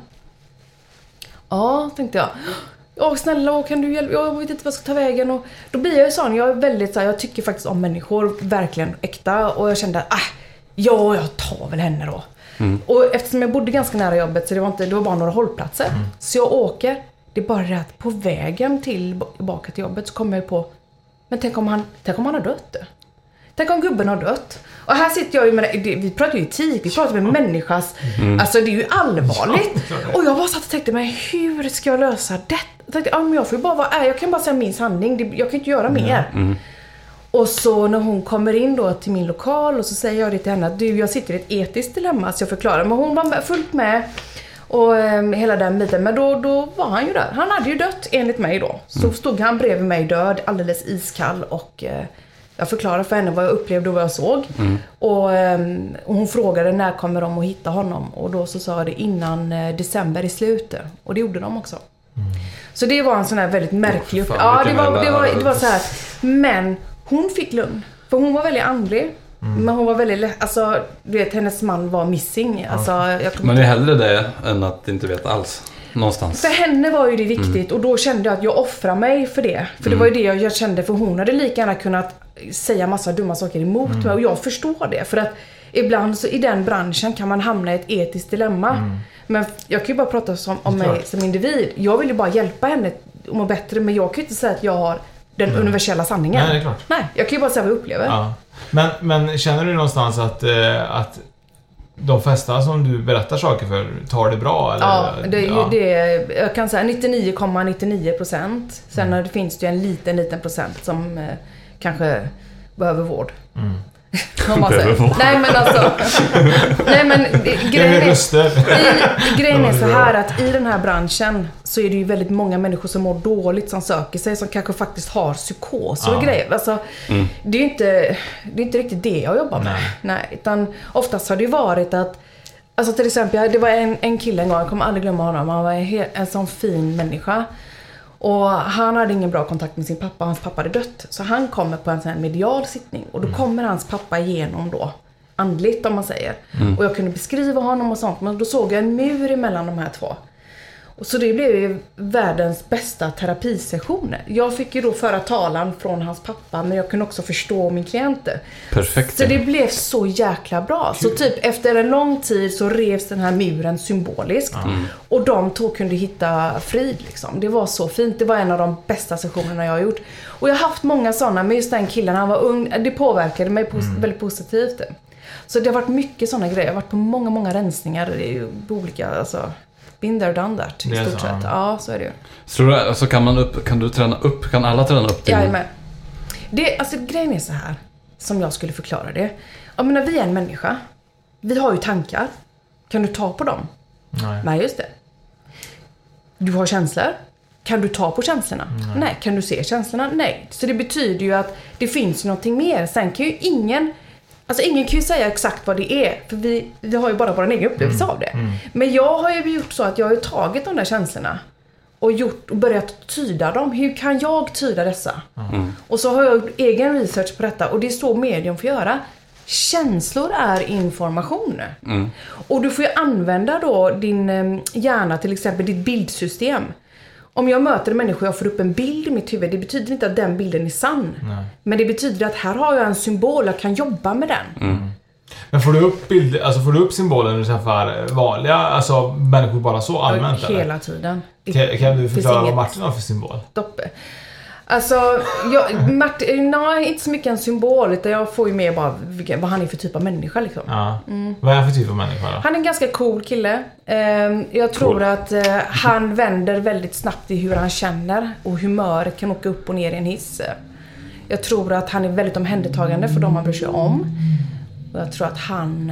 Ja, tänkte jag. Ja, snälla, kan du hjälpa? Jag vet inte vad jag ska ta vägen. Och då blir jag ju sån. Jag är väldigt så här, jag tycker faktiskt om människor. Verkligen äkta. Och jag kände, ah, ja, jag tar väl henne då. Mm. Och eftersom jag bodde ganska nära jobbet så det var, inte, det var bara några hållplatser. Mm. Så jag åker. Det är bara det att på vägen tillbaka till jobbet så kommer jag på, men tänk om han, tänk om han har dött. Tänk om gubben har dött. Och här sitter jag ju med, vi pratar ju etik, vi pratar med människas, mm. alltså det är ju allvarligt. Och jag bara satt och tänkte, men hur ska jag lösa det? Jag tänkte, ja, men jag får ju bara vara, jag kan bara säga min sanning, jag kan inte göra mer. Mm. Och så när hon kommer in då till min lokal och så säger jag det till henne att du, jag sitter i ett etiskt dilemma, så jag förklarar. Men hon var fullt med och um, hela den biten. Men då, då var han ju där. Han hade ju dött enligt mig då. Så stod han bredvid mig död, alldeles iskall. Och uh, jag förklarade för henne vad jag upplevde och vad jag såg. Mm. Och, um, och hon frågade när kommer de att hitta honom. Och då så sa jag det innan uh, december i slutet. Och det gjorde de också. Mm. Så det var en sån här väldigt märklig oh, Ja, det var, det, var, det var så här. Men hon fick lugn. För hon var väldigt andlig. Mm. Men hon var väldigt, alltså, du vet, hennes man var missing. Alltså, jag men det är hellre det än att inte veta alls. Någonstans. För henne var ju det viktigt. Mm. Och då kände jag att jag offrar mig för det. För det mm. var ju det jag kände. För hon hade lika gärna kunnat säga massa dumma saker emot mm. mig. Och jag förstår det. För att ibland så i den branschen kan man hamna i ett etiskt dilemma. Mm. Men jag kan ju bara prata som, om mig som individ. Jag vill ju bara hjälpa henne att må bättre. Men jag kan ju inte säga att jag har den mm. universella sanningen. Nej, det är klart. Nej, jag kan ju bara säga vad jag upplever. Ja. Men, men känner du någonstans att, eh, att de flesta som du berättar saker för tar det bra? Eller? Ja, det är ju ja. det. Jag kan säga nittionio komma nittionio procent. Sen mm. finns det ju en liten, liten procent som eh, kanske behöver vård. Mm. Nej men alltså nej men grejen är, i, grejen är så här att i den här branschen så är det ju väldigt många människor som mår dåligt som söker sig, som kanske faktiskt har psykos och ja. grejer. Alltså, mm. det är ju inte, det är inte riktigt det jag jobbar med. Nej. Nej, utan oftast har det ju varit att, alltså till exempel, det var en, en kille en gång, jag kommer aldrig glömma honom, han var en, en sån fin människa. Och han hade ingen bra kontakt med sin pappa. Hans pappa hade dött. Så han kommer på en sån här medial sittning. Och då kommer hans pappa igenom då. Andligt om man säger. Mm. Och jag kunde beskriva honom och sånt. Men då såg jag en mur emellan de här två. Och så det blev ju världens bästa terapisessioner. Jag fick ju då föra talan från hans pappa. Men jag kunde också förstå min klient. Perfekt. Så det blev så jäkla bra. Kul. Så typ efter en lång tid så revs den här muren symboliskt. Mm. Och de två kunde hitta frid liksom. Det var så fint. Det var en av de bästa sessionerna jag har gjort. Och jag har haft många sådana. Men just den killen, han var ung. Det påverkade mig pos- mm. väldigt positivt. Så det har varit mycket sådana grejer. Jag har varit på många, många rensningar. Det är ju olika, alltså... Been there, done that, i stort sett. Ja, så är det ju. Så du, alltså, kan, man upp, kan du träna upp? Kan alla träna upp? Till... Ja, men det, alltså, grejen är så här, som jag skulle förklara det. Jag menar, vi är en människa. Vi har ju tankar. Kan du ta på dem? Nej. Nej, just det. Du har känslor. Kan du ta på känslorna? Nej. Nej. Kan du se känslorna? Nej. Så det betyder ju att det finns någonting mer. Sen kan ju ingen... Alltså ingen kan ju säga exakt vad det är. För vi, vi har ju bara vår egen upplevelse mm. av det. Mm. Men jag har ju gjort så att jag har tagit de där känslorna. Och, gjort, och börjat tyda dem. Hur kan jag tyda dessa? Mm. Och så har jag gjort egen research på detta. Och det är så medium får göra. Känslor är information. Mm. Och du får ju använda då din hjärna, till exempel ditt bildsystem. Om jag möter en människa och jag får upp en bild i mitt huvud, det betyder inte att den bilden är sann. Nej. Men det betyder att här har jag en symbol, jag kan jobba med den. Mm. Men får du upp bild, alltså får du upp symbolen för vanliga, alltså människor bara så allmänt? Hela eller? Tiden. Kan, kan du förklara vad Martin har för symbol? Doppe. Alltså, jag, Martin, nej, inte så mycket en symbol, utan jag får ju mer bara vilka, vad han är för typ av människa liksom. Ja. Mm. Vad är han för typ av människa då? Han är en ganska cool kille. Jag tror cool. att han vänder väldigt snabbt i hur han känner, och humöret kan åka upp och ner i en hiss. Jag tror att han är väldigt omhändertagande för de man bryr sig om. Och jag tror att han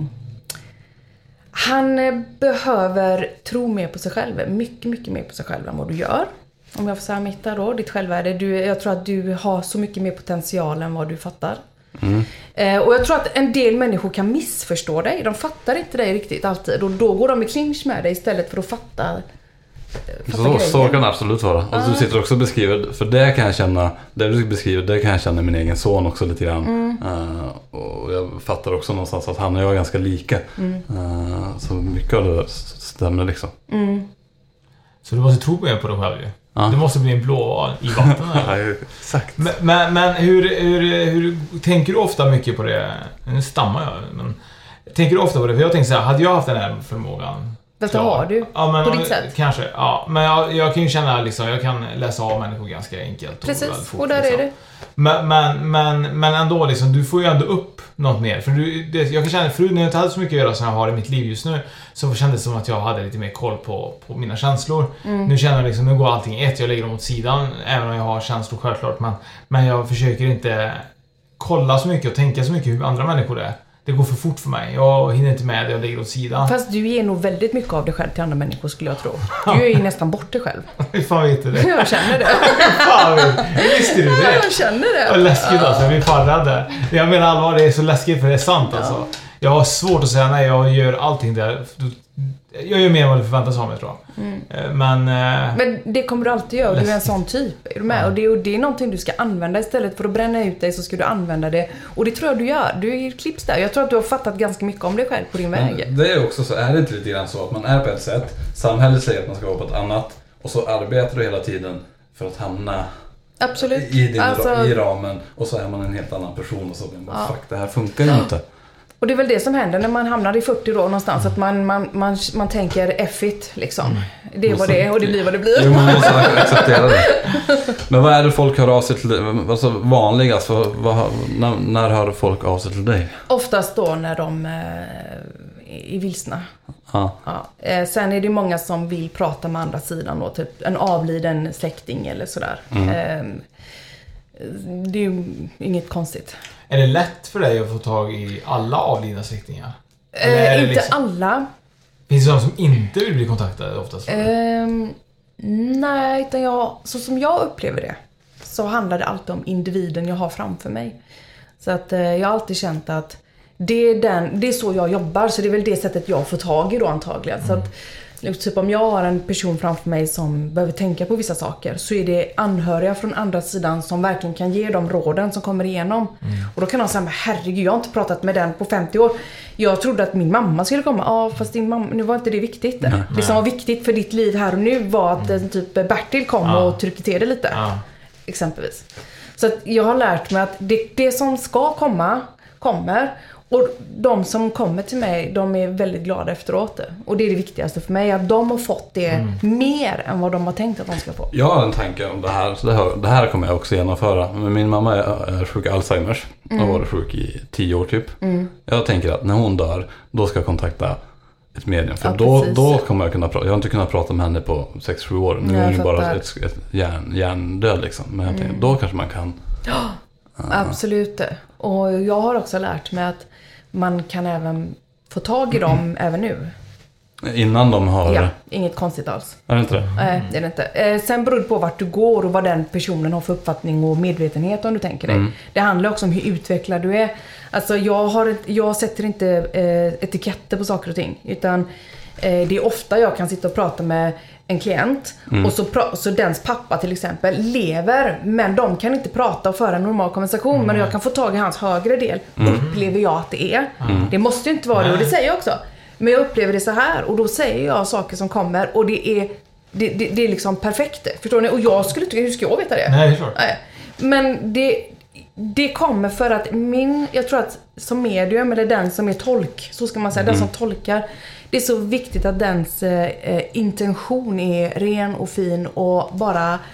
han behöver tro mer på sig själv, mycket mycket mer på sig själv än vad du gör. Om jag får säga mitt där då, ditt självvärde. Du, jag tror att du har så mycket mer potential än vad du fattar. Mm. Eh, och jag tror att en del människor kan missförstå dig. De fattar inte dig riktigt alltid. Och då går de i clinch med dig istället för att fatta, fatta så, så kan det absolut vara. Och ah. du sitter också och beskriver, för det kan jag känna, det du beskriver, det kan jag känna min egen son också lite grann. Mm. Uh, och jag fattar också någonstans att han och jag är ganska lika. Mm. Uh, så mycket av det stämmer liksom. Mm. Så du måste tro på dig själv ju. Ja. Det måste bli en blåval i vattnet. Ja, exakt. Men, men, men hur, hur, hur tänker du ofta mycket på det? Nu stammar jag, men tänker du ofta på det? För jag tänker så här, hade jag haft den här förmågan? Detta har du, ja, men, på ditt sätt. Kanske, ja. Men jag, jag kan ju känna liksom, jag kan läsa av människor ganska enkelt. Precis, och, fort, och där liksom. är det. Men, men, men, men ändå liksom, du får ju ändå upp något mer. För du, det, jag kan känna, förut när jag inte hade så mycket att göra som jag har i mitt liv just nu, så kändes det som att jag hade lite mer koll på, på mina känslor. Mm. Nu känner jag liksom, nu går allting ett, jag lägger dem åt sidan, även om jag har känslor självklart. Men, men jag försöker inte kolla så mycket och tänka så mycket hur andra människor är. Det går för fort för mig. Jag hinner inte med det, jag lägger åt sidan. Fast du ger nog väldigt mycket av dig själv till andra människor, skulle jag tro. Du är ju nästan bort dig själv. Hur fan vet du det? Jag känner det. Fan, visste du det? Ja, jag känner det. Vad läskigt alltså, jag blir fan rädd. Jag menar allvar, det är så läskigt för det är sant alltså. Ja. Jag har svårt att säga nej, jag gör allting där. Jag gör mer än vad du förväntas av mig, tror jag. Mm. Men, eh, Men det kommer du alltid göra, du är en sån typ. Är du med? Ja. Och, det, och det är någonting du ska använda. Istället för att bränna ut dig så ska du använda det. Och det tror jag du gör. Du är klipps där. Jag tror att du har fattat ganska mycket om dig själv på din väg. Men det är också så, är det inte lite grann så att man är på ett sätt, samhället säger att man ska vara på ett annat, och så arbetar du hela tiden för att hamna Absolut. i, din, alltså, i ramen, och så är man en helt annan person och så blir man bara, ja. fuck, det här funkar ju ja. inte. Och det är väl det som händer när man hamnar i fyrtio då någonstans, att man, man, man, man tänker F it liksom. Mm. Det är vad det är och det blir vad det blir. Jo, man måste acceptera det. Men vad är det folk hör av sig till, alltså vanligast, vad, vad, när, när hör folk av sig till dig? Oftast då när de eh, är vilsna. Ja. Ja. Eh, sen är det många som vill prata med andra sidan då, typ en avliden släkting eller sådär. Mm. Eh, det är ju inget konstigt. Är det lätt för dig att få tag i alla avlidna släktingar? Eh, inte liksom, alla. Finns det de som inte vill bli kontaktade oftast? Eh, nej, utan jag, så som jag upplever det, så handlar det alltid om individen jag har framför mig. Så att eh, jag har alltid känt att det är, den, det är så jag jobbar, så det är väl det sättet jag får tag i då antagligen. Mm. Så att typ om jag har en person framför mig som behöver tänka på vissa saker, så är det anhöriga från andra sidan som verkligen kan ge de råden som kommer igenom. Mm. Och då kan de säga, men herregud, jag har inte pratat med den på femtio år. Jag trodde att min mamma skulle komma. Ja, fast din mamma, nu var inte det viktigt. Nej, det som var viktigt för ditt liv här och nu var att mm. typ Bertil kom ja. och tryckte till det lite. Ja. Exempelvis. Så att jag har lärt mig att det, det som ska komma, kommer. Och de som kommer till mig, de är väldigt glada efteråt det. Och det är det viktigaste för mig, att de har fått det mm. mer än vad de har tänkt att de ska få. Jag har en tanke om det här, så det här, det här kommer jag också genomföra. Men min mamma är, är sjuk Alzheimers och mm. var sjuk i tio år typ. Mm. Jag tänker att när hon dör, då ska jag kontakta ett medium. För ja, då, då kommer jag kunna prata. Jag har inte kunnat prata med henne på sex sju år. Nu är hon ju bara ett, ett hjärn, hjärndöd liksom. Men jag tänker, mm. då kanske man kan... Ja, uh. absolut. Och jag har också lärt mig att man kan även få tag i dem mm. även nu. Innan de har... Ja, inget konstigt alls. Är det inte det? Nej, det är det inte. Eh, sen beror det på vart du går och vad den personen har för uppfattning och medvetenhet, om du tänker dig. Mm. Det handlar också om hur utvecklad du är. Alltså jag, har, jag sätter inte eh, etiketter på saker och ting. Utan eh, det är ofta jag kan sitta och prata med en klient mm. och så, pra- så dens pappa till exempel lever, men de kan inte prata och föra en normal konversation, mm. men jag kan få tag i hans högre del, mm. upplever jag att det är. Mm. Det måste ju inte vara det, och det säger jag också. Men jag upplever det så här, och då säger jag saker som kommer, och det är det, det, det är liksom perfekt. Förstår ni? Och jag skulle inte, hur ska jag veta det? Nej, klart. Nej. Men det det kommer för att min, jag tror att som medium, eller den som är tolk, så ska man säga, mm. den som tolkar, det är så viktigt att dens eh, intention är ren och fin och bara upp,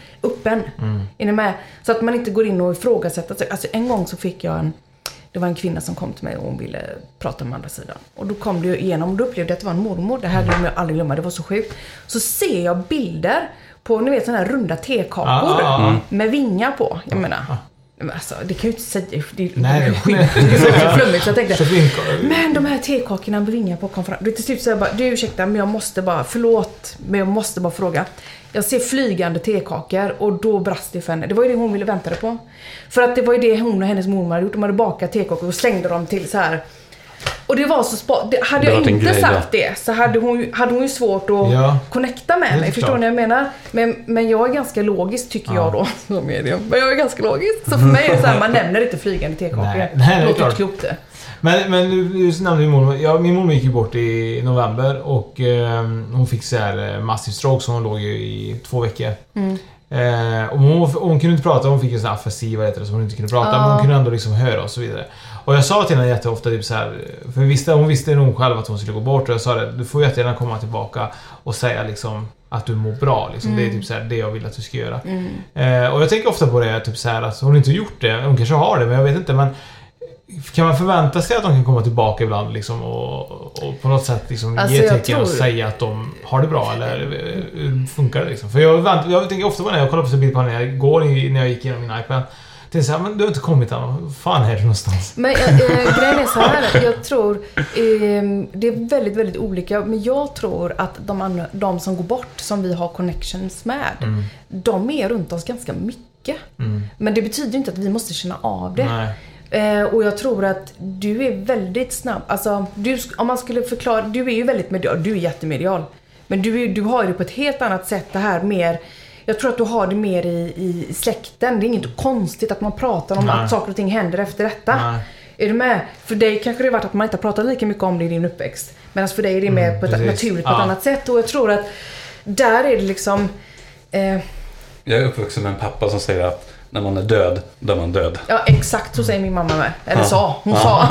öppen. Mm. Är ni med? Så att man inte går in och ifrågasätter. Alltså en gång så fick jag en, det var en kvinna som kom till mig och hon ville prata med andra sidan. Och då kom det igenom och då upplevde jag att det var en mormor. Det här glömde jag aldrig glömma, det var så sjukt. Så ser jag bilder på, ni vet, sådana här runda tekakor ah, ah, ah. med vingar på. Jag menar, ah. Alltså, det kan ju inte säga, det är, nej, det är skit, det är så flummigt så jag tänkte, men de här tekakorna med vingar på konferens, till slut så jag bara, du ursäkta men jag måste bara, förlåt men jag måste bara fråga, jag ser flygande tekakor och då brast det för henne, det var ju det hon ville vänta på, för att det var ju det hon och hennes mormor hade gjort, de hade bakat tekakor och slängde dem till så här. Och det var så spa- det, hade jag inte grej, sagt ja. det så hade hon, hade hon ju svårt att ja. connecta med mig. Förstår ni vad jag menar? Men, men jag är ganska logisk tycker ja. jag då som medium. Men jag är ganska logisk. Så för mig är det så här, man nämner inte flygande tekakor. Nej, nej, det låter klokt det. Men, men du, du nämnde min mormor. Ja, min mormor gick ju bort i november och eh, hon fick så här massiv stroke så hon låg ju i två veckor. Mm. Eh, och hon, hon kunde inte prata, hon fick en sån här afasi vad heter det, så hon inte kunde prata, ja. men hon kunde ändå liksom höra och så vidare. Och jag sa till henne jätteofta typ så här, för visste, hon visste nog själv att hon skulle gå bort och jag sa det, du får jättegärna komma tillbaka och säga liksom att du mår bra liksom. Mm. Det är typ så här, det jag vill att du ska göra. Mm. Eh, och jag tänker ofta på det typ så här, att hon inte har gjort det, hon kanske har det men jag vet inte, men kan man förvänta sig att de kan komma tillbaka ibland liksom, och, och på något sätt liksom, alltså, ge tecken tror... och säga att de har det bra eller hur funkar det liksom? För jag, vänt, jag tänker ofta på när jag kollar på så bild på när jag går när jag gick igenom min iPad. Det är så här, men du har inte kommit än. Fan är det någonstans? Men äh, grejen är så här, jag tror eh, det är väldigt, väldigt olika. Men jag tror att de, de som går bort, som vi har connections med, mm. de är runt oss ganska mycket. Mm. Men det betyder inte att vi måste känna av det. Nej. Eh, och jag tror att du är väldigt snabb. Alltså, du, om man skulle förklara, du är ju väldigt medial, du är jättemedial. Men du, du har ju det på ett helt annat sätt det här mer. Jag tror att du har det mer i, i släkten. Det är inget konstigt att man pratar om Nej. att saker och ting händer efter detta. Nej. Är du med? För dig kanske det har varit att man inte har pratat lika mycket om det i din uppväxt. Medan för dig är det mer mm, på ett precis. naturligt på ja. ett annat sätt. Och jag tror att där är det liksom... Eh... Jag är uppvuxen med en pappa som säger att när man är död, då är man död. Ja, exakt så säger min mamma med. Eller ja. sa. Hon ja. sa.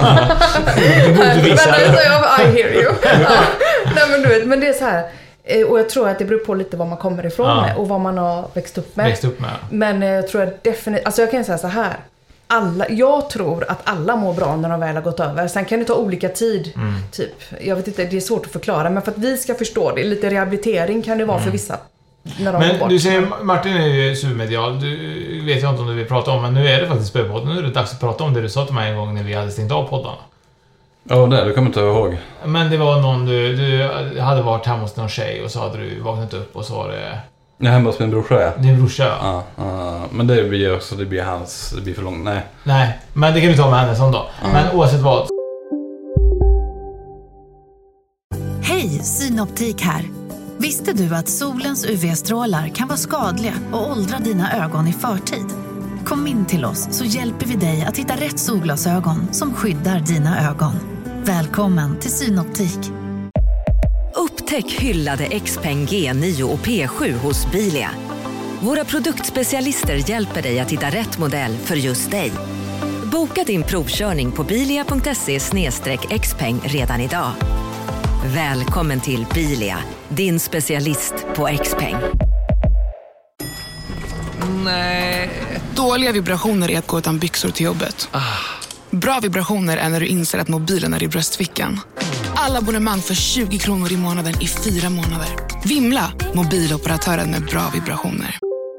men, men det jag, I hear you. ja. Nej, men du vet, men det är så här... Och jag tror att det beror på lite var man kommer ifrån ja. med och vad man har växt upp med. Växt upp med. Men jag tror att definitivt, alltså jag kan säga så här. Alla, jag tror att alla mår bra när de väl har gått över. Sen kan det ta olika tid. Mm. Typ. Jag vet inte, det är svårt att förklara. Men för att vi ska förstå det, lite rehabilitering kan det vara mm. för vissa. När de men du säger, Martin är ju supermedial. Du vet jag inte om du vill prata om, men nu är det faktiskt spöpodden. Nu är det dags att prata om det du sa till mig en gång när vi hade stängt av poddarna. Ja, oh, det, det kommer inte ihåg. Men det var någon du, du hade varit hemma hos någon tjej och så hade du vaknat upp och så var det... Jag är hemma hos min brorsa, ja. Din brorsa, ja. ja uh, men det blir också, det blir hans, det blir för långt, nej. Nej, men det kan vi ta med henne som då. Mm. Men oavsett vad. Hej, Synoptik här. Visste du att solens U V-strålar kan vara skadliga och åldra dina ögon i förtid? Kom in till oss så hjälper vi dig att hitta rätt solglasögon som skyddar dina ögon. Välkommen till Synoptik. Upptäck hyllade Xpeng G nio och P sju hos Bilia. Våra produktspecialister hjälper dig att hitta rätt modell för just dig. Boka din provkörning på bilia punkt se slash xpeng redan idag. Välkommen till Bilia, din specialist på Xpeng. Nej. Dåliga vibrationer är att gå utan byxor till jobbet. Ah. Bra vibrationer är när du inser att mobilen är i bröstfickan. Alla abonnemang för tjugo kronor i månaden i fyra månader. Vimla, mobiloperatören med bra vibrationer.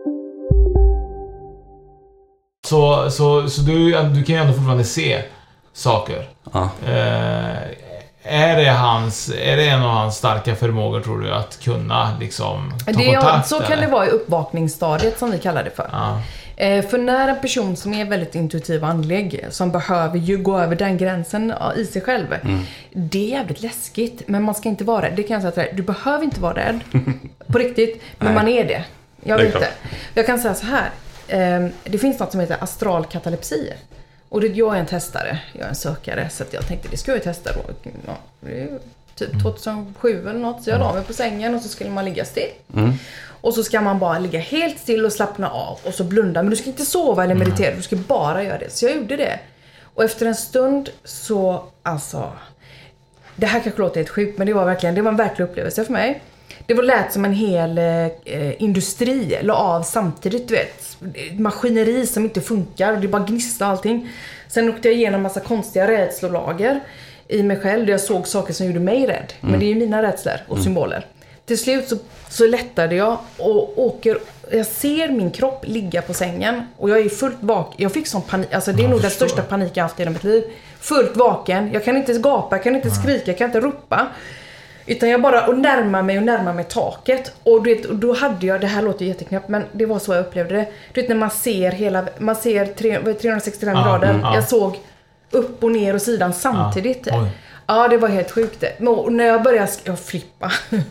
Så, så, så du, du kan ju ändå fortfarande se saker. Ah. Eh, är det hans, är det en av hans starka förmågor tror du att kunna liksom ta det är, kontakt? Så kan eller? Det vara i uppvakningsstadiet som vi kallar det för. Ah. Eh, för när en person som är väldigt intuitiv och andlig som behöver ju gå över den gränsen i sig själv. Mm. Det är jävligt läskigt, men man ska inte vara rädd. Det kan jag säga till dig. Du behöver inte vara rädd. På riktigt, men man är det. Jag vet inte. Jag kan säga så här. Eh, det finns något som heter astral katalepsi. Och det, jag är en testare, jag är en sökare, så att jag tänkte det ska jag testa då. Ja, det är typ tjugohundrasju eller något, så jag la mig på sängen och så skulle man ligga still. Mm. Och så ska man bara ligga helt still och slappna av och så blunda. Men du ska inte sova eller meditera, du ska bara göra det. Så jag gjorde det. Och efter en stund så, alltså, det här kanske låter helt sjukt, men det var verkligen, det var en verklig upplevelse för mig. Det var lät som en hel eh, industri la av samtidigt, du vet. Maskineri som inte funkar och det bara gnisslar allting. Sen åkte jag igenom massa konstiga rädslolager i mig själv där jag såg saker som gjorde mig rädd. Mm. Men det är ju mina rädslor och symboler. Mm. Till slut så, så lättade jag och åker. Jag ser min kropp ligga på sängen och jag är fullt bak. Jag fick sån panik. Alltså det är jag nog förstår. Den största panik jag haft i mitt liv. Fullt vaken. Jag kan inte gapa, jag kan inte skrika, jag kan inte ropa. Utan jag bara och närmar mig och närmar mig taket. Och, du vet, och då hade jag, det här låter jätteknäppt, men det var så jag upplevde det. Du vet när man ser hela, man ser tre, trehundrasextiofem ah, grader. Mm, ah. Jag såg upp och ner och sidan samtidigt. Ah, ja, det var helt sjukt. Och när jag började jag flippa.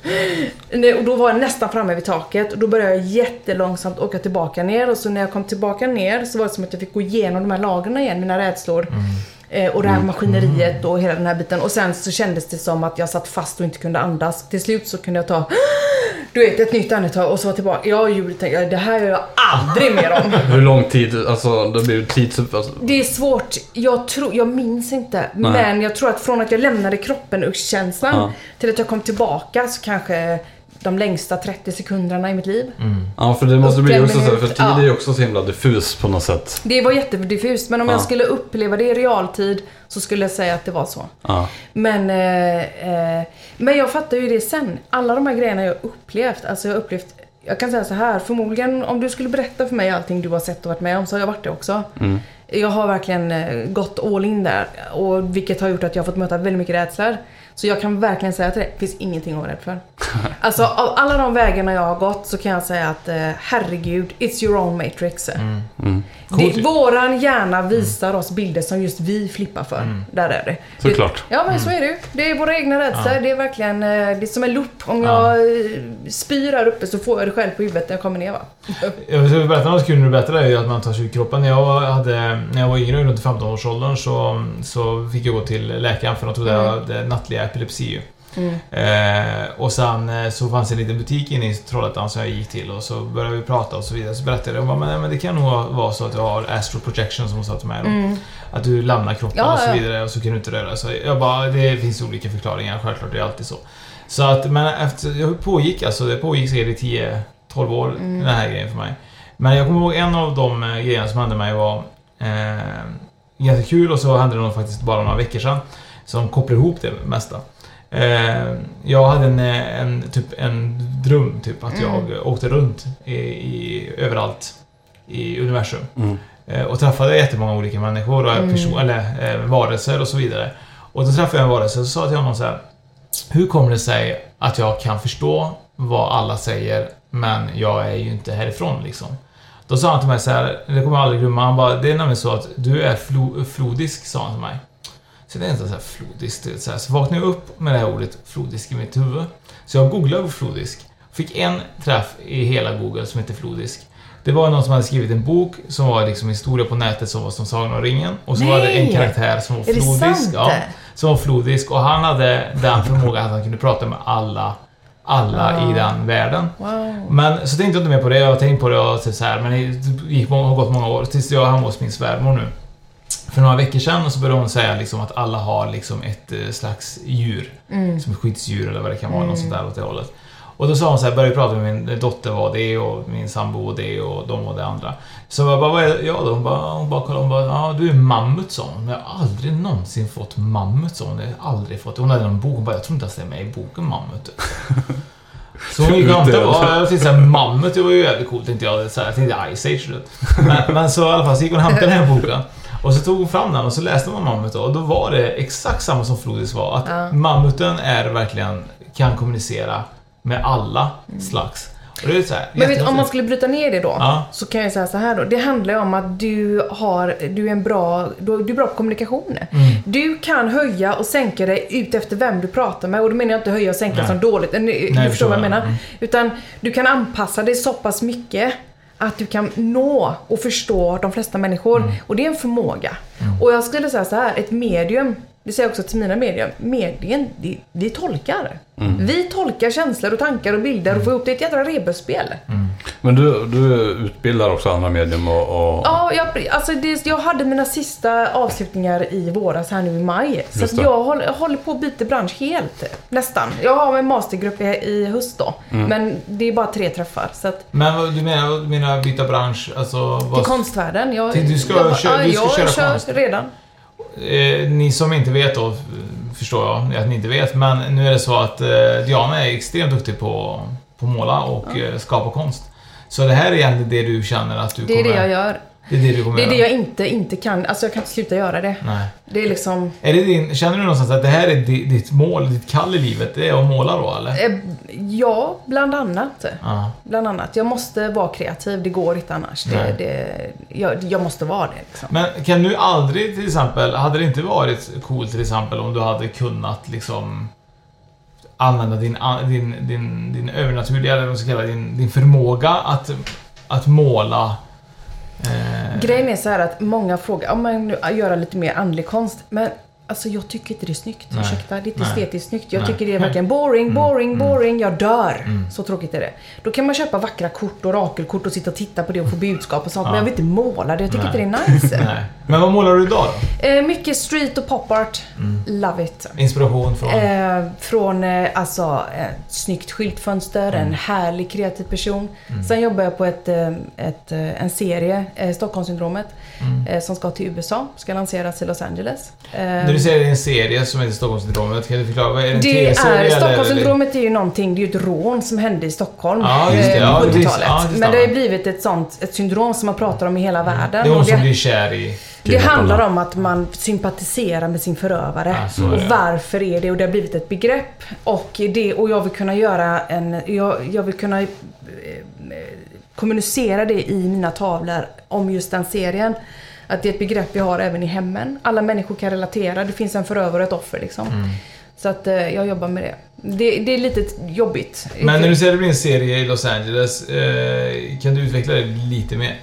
Och då var jag nästan framme vid taket. Och då började jag jättelångsamt åka tillbaka ner. Och så när jag kom tillbaka ner så var det som att jag fick gå igenom de här lagren igen, mina rädslor. Mm. Och det här maskineriet och hela den här biten. Och sen så kändes det som att jag satt fast och inte kunde andas. Till slut så kunde jag ta, du vet, ett nytt andetag och så var tillbaka. Jag gjorde tänkte, det här gör jag aldrig mer om. Hur lång tid, alltså det blir tids... Alltså. Det är svårt, jag tror, jag minns inte. Nej. Men jag tror att från att jag lämnade kroppen och känslan ja. Till att jag kom tillbaka så kanske... de längsta trettio sekunderna i mitt liv. Mm. Ja, för det måste bli också så, för tid ja. Är ju också så himla diffus på något sätt. Det var jättediffust, men om ja. Jag skulle uppleva det i realtid så skulle jag säga att det var så. Ja. Men, eh, eh, men jag fattar ju det sen. Alla de här grejerna jag upplevt, alltså jag upplevt, jag kan säga så här, förmodligen om du skulle berätta för mig allting du har sett och varit med om så har jag varit det också. Mm. Jag har verkligen gått all in där, och vilket har gjort att jag har fått möta väldigt mycket rädslor. Så jag kan verkligen säga att det finns ingenting att vara rädd för. Alltså av alla de vägarna jag har gått så kan jag säga att eh, herregud, it's your own matrix. Mm. Mm. Det, våran hjärna visar oss bilder som just vi flippar för. Mm. Där är det. Såklart. Ja, men mm. så är det ju. Det är våra egna rädslor. Ja. Det är verkligen det är som en loop. Om ja. Jag spyr här uppe så får jag det själv på huvudet när jag kommer ner, va? Jag vill berätta något kul när du berättar det, att man tar sig ur kroppen. När jag, hade, när jag var yngre, runt femton-årsåldern, så, så fick jag gå till läkaren för att jag trodde mm. jag hade nattliga epilepsi. Mm. Eh, och sen så fanns en liten butik inne i Trollhättan som jag gick till, och så började vi prata och så vidare. Så berättade jag, men, men det kan nog vara så att du har astral projection, som hon sa till mig då. Mm. Att du lämnar kroppen ja, och så vidare, och så kan du inte röra. Så jag bara, det finns olika förklaringar, självklart, det är alltid så. Så att, men efter, jag pågick, alltså det pågick så i tio tolv år, mm. den här grejen för mig. Men jag kommer ihåg en av de grejerna som hände mig var eh, jättekul, och så hände det nog faktiskt bara några veckor sedan, som kopplar ihop det mesta. Jag hade en, en, typ en dröm typ, att jag mm. åkte runt i, i, överallt i universum mm. och träffade jättemånga olika människor och mm. person, eller eh, varelser och så vidare. Och då träffade jag en varelse och så sa jag till honom så här: hur kommer det sig att jag kan förstå vad alla säger, men jag är ju inte härifrån liksom? Då sa han till mig så här, det kommer jag aldrig glömma, han bara, det är nämligen så att du är flo, flodisk, sa han till mig. Så det är inte så här flodisk. Så, här. Så vaknade jag upp med det här ordet flodisk i mitt huvud. Så jag googlade på flodisk. Fick en träff i hela Google som heter flodisk. Det var någon som hade skrivit en bok som var liksom historia på nätet som var som Sagan om ringen. Och så Nej. Var det en karaktär som var flodisk. Ja, som var flodisk. Och han hade den förmågan att han kunde prata med alla alla wow. i den världen. Wow. Men så tänkte jag inte mer på det. Jag har tänkt på det och så här, men det gick, har gått många år tills jag hamnade hos min svärmor nu. För några veckor sedan så började hon säga liksom att alla har liksom ett eh, slags djur. Mm. Som ett skyddsdjur eller vad det kan vara. Mm. Något sånt där åt det hållet. Och då sa hon så här, började prata med min dotter vad det och min sambo och det och de och det andra. Så jag bara, vad är jag då? Hon bara, hon bara kollade, hon bara, ja du är mammut, sa hon. Men jag har aldrig någonsin fått mammut, sa hon. Jag har aldrig fått, hon hade en bok, hon bara, jag tror inte att det är med i boken mammut. Så hon gick inte, jag tänkte såhär, mammut, det var ju jävligt coolt, tänkte jag. Så här, jag tänkte Ice Age. Men, men så i alla fall så gick hon och hämtade den här boken. Och så tog hon fram den och så läste man mammut då, och då var det exakt samma som flodisk var. Att ja. Mammuten är verkligen, kan kommunicera med alla mm. slags. Och det är så här, men vet, om man skulle bryta ner det då, ja. Så kan jag säga så här då. Det handlar om att du har, du är en bra, du, du är bra på kommunikation. Mm. Du kan höja och sänka dig ut efter vem du pratar med. Och då menar jag inte höja och sänka Nej. Som dåligt. Du Nej, förstår vad jag menar. Mm. Utan du kan anpassa dig så pass mycket att du kan nå och förstå de flesta människor. Mm. Och det är en förmåga. Mm. Och jag skulle säga så här, ett medium Det säger jag också till mina medier. Medien, vi, vi tolkar. Mm. Vi tolkar känslor och tankar och bilder och får upp det ett jävla rebusspel. Mm. Men du, du utbildar också andra medium och... och... Ja, jag, alltså det, jag hade mina sista avslutningar i våras här nu i maj. Så att jag håller, håller på att byta bransch helt. Nästan. Jag har en mastergrupp i, i höst då. Mm. Men det är bara tre träffar. Så att, men du menar, du menar byta bransch? Alltså, till vad, konstvärlden. Jag, till, du ska, jag, kö, du ska jag köra kör konst. redan. Eh, ni som inte vet då, förstår jag att ni inte vet, men nu är det så att eh, Diana är extremt duktig på på måla och ja. eh, skapa konst. Så det här är egentligen det du känner att du det är kommer... Det är det jag gör. Det är det du kommer Det är göra. det jag inte, inte kan. Alltså jag kan inte sluta göra det. Nej. Det är liksom... Är det din, känner du någonstans att det här är ditt mål, ditt kall i livet? Det är att måla då, eller? Eh, ja, bland annat. Ja. Bland annat. Jag måste vara kreativ. Det går inte annars. Det, det, jag, jag måste vara det. Liksom. Men kan du aldrig till exempel... Hade det inte varit coolt till exempel om du hade kunnat liksom... använda din, din, din, din övernaturliga, eller vad man ska kalla din, din förmåga att, att måla. Eh... Grejen är så här att många frågar om man nu göra lite mer andlig konst, men alltså jag tycker inte det är snyggt. Nej. Ursäkta, det är inte Nej. estetiskt snyggt. Jag Nej. tycker det är verkligen boring, boring, mm. boring. Jag dör. Mm. Så tråkigt är det. Då kan man köpa vackra kort, orakelkort och sitta och titta på det och få budskap och sånt. Ja. Men jag vill inte måla det. Jag tycker Nej. inte det är nice. Nej. Men vad målar du idag då? Eh, mycket street och pop art. Mm. Love it. Inspiration från? Eh, från eh, alltså ett snyggt skyltfönster, mm. en härlig kreativ person. Mm. Sen jobbar jag på ett, ett, en serie, eh, Stockholmssyndromet, mm. eh, som ska till U S A, ska lanseras i Los Angeles. Eh, När du säger det är en serie som heter Stockholmssyndromet, kan du förklara, vad är det en det tv-serie? är, Stockholmssyndromet är ju någonting, det är ju ett rån som hände i Stockholm ja, just det. eh, Ja, på sjuttiotalet. Ja, det Men det har ju blivit ett sånt ett syndrom som man pratar om i hela mm. världen. Det är hon och det, som blir kär i... Det handlar om att man sympatiserar med sin förövare. Ja, och varför är det? Och det har blivit ett begrepp. Och, det, och jag vill kunna göra en... Jag, jag vill kunna eh, kommunicera det i mina tavlor om just den serien. Att det är ett begrepp vi har även i hemmen. Alla människor kan relatera. Det finns en förövare och ett offer liksom. Mm. Så att eh, jag jobbar med det. det. Det är lite jobbigt. Men när du säger att det blir en serie i Los Angeles, eh, kan du utveckla det lite mer?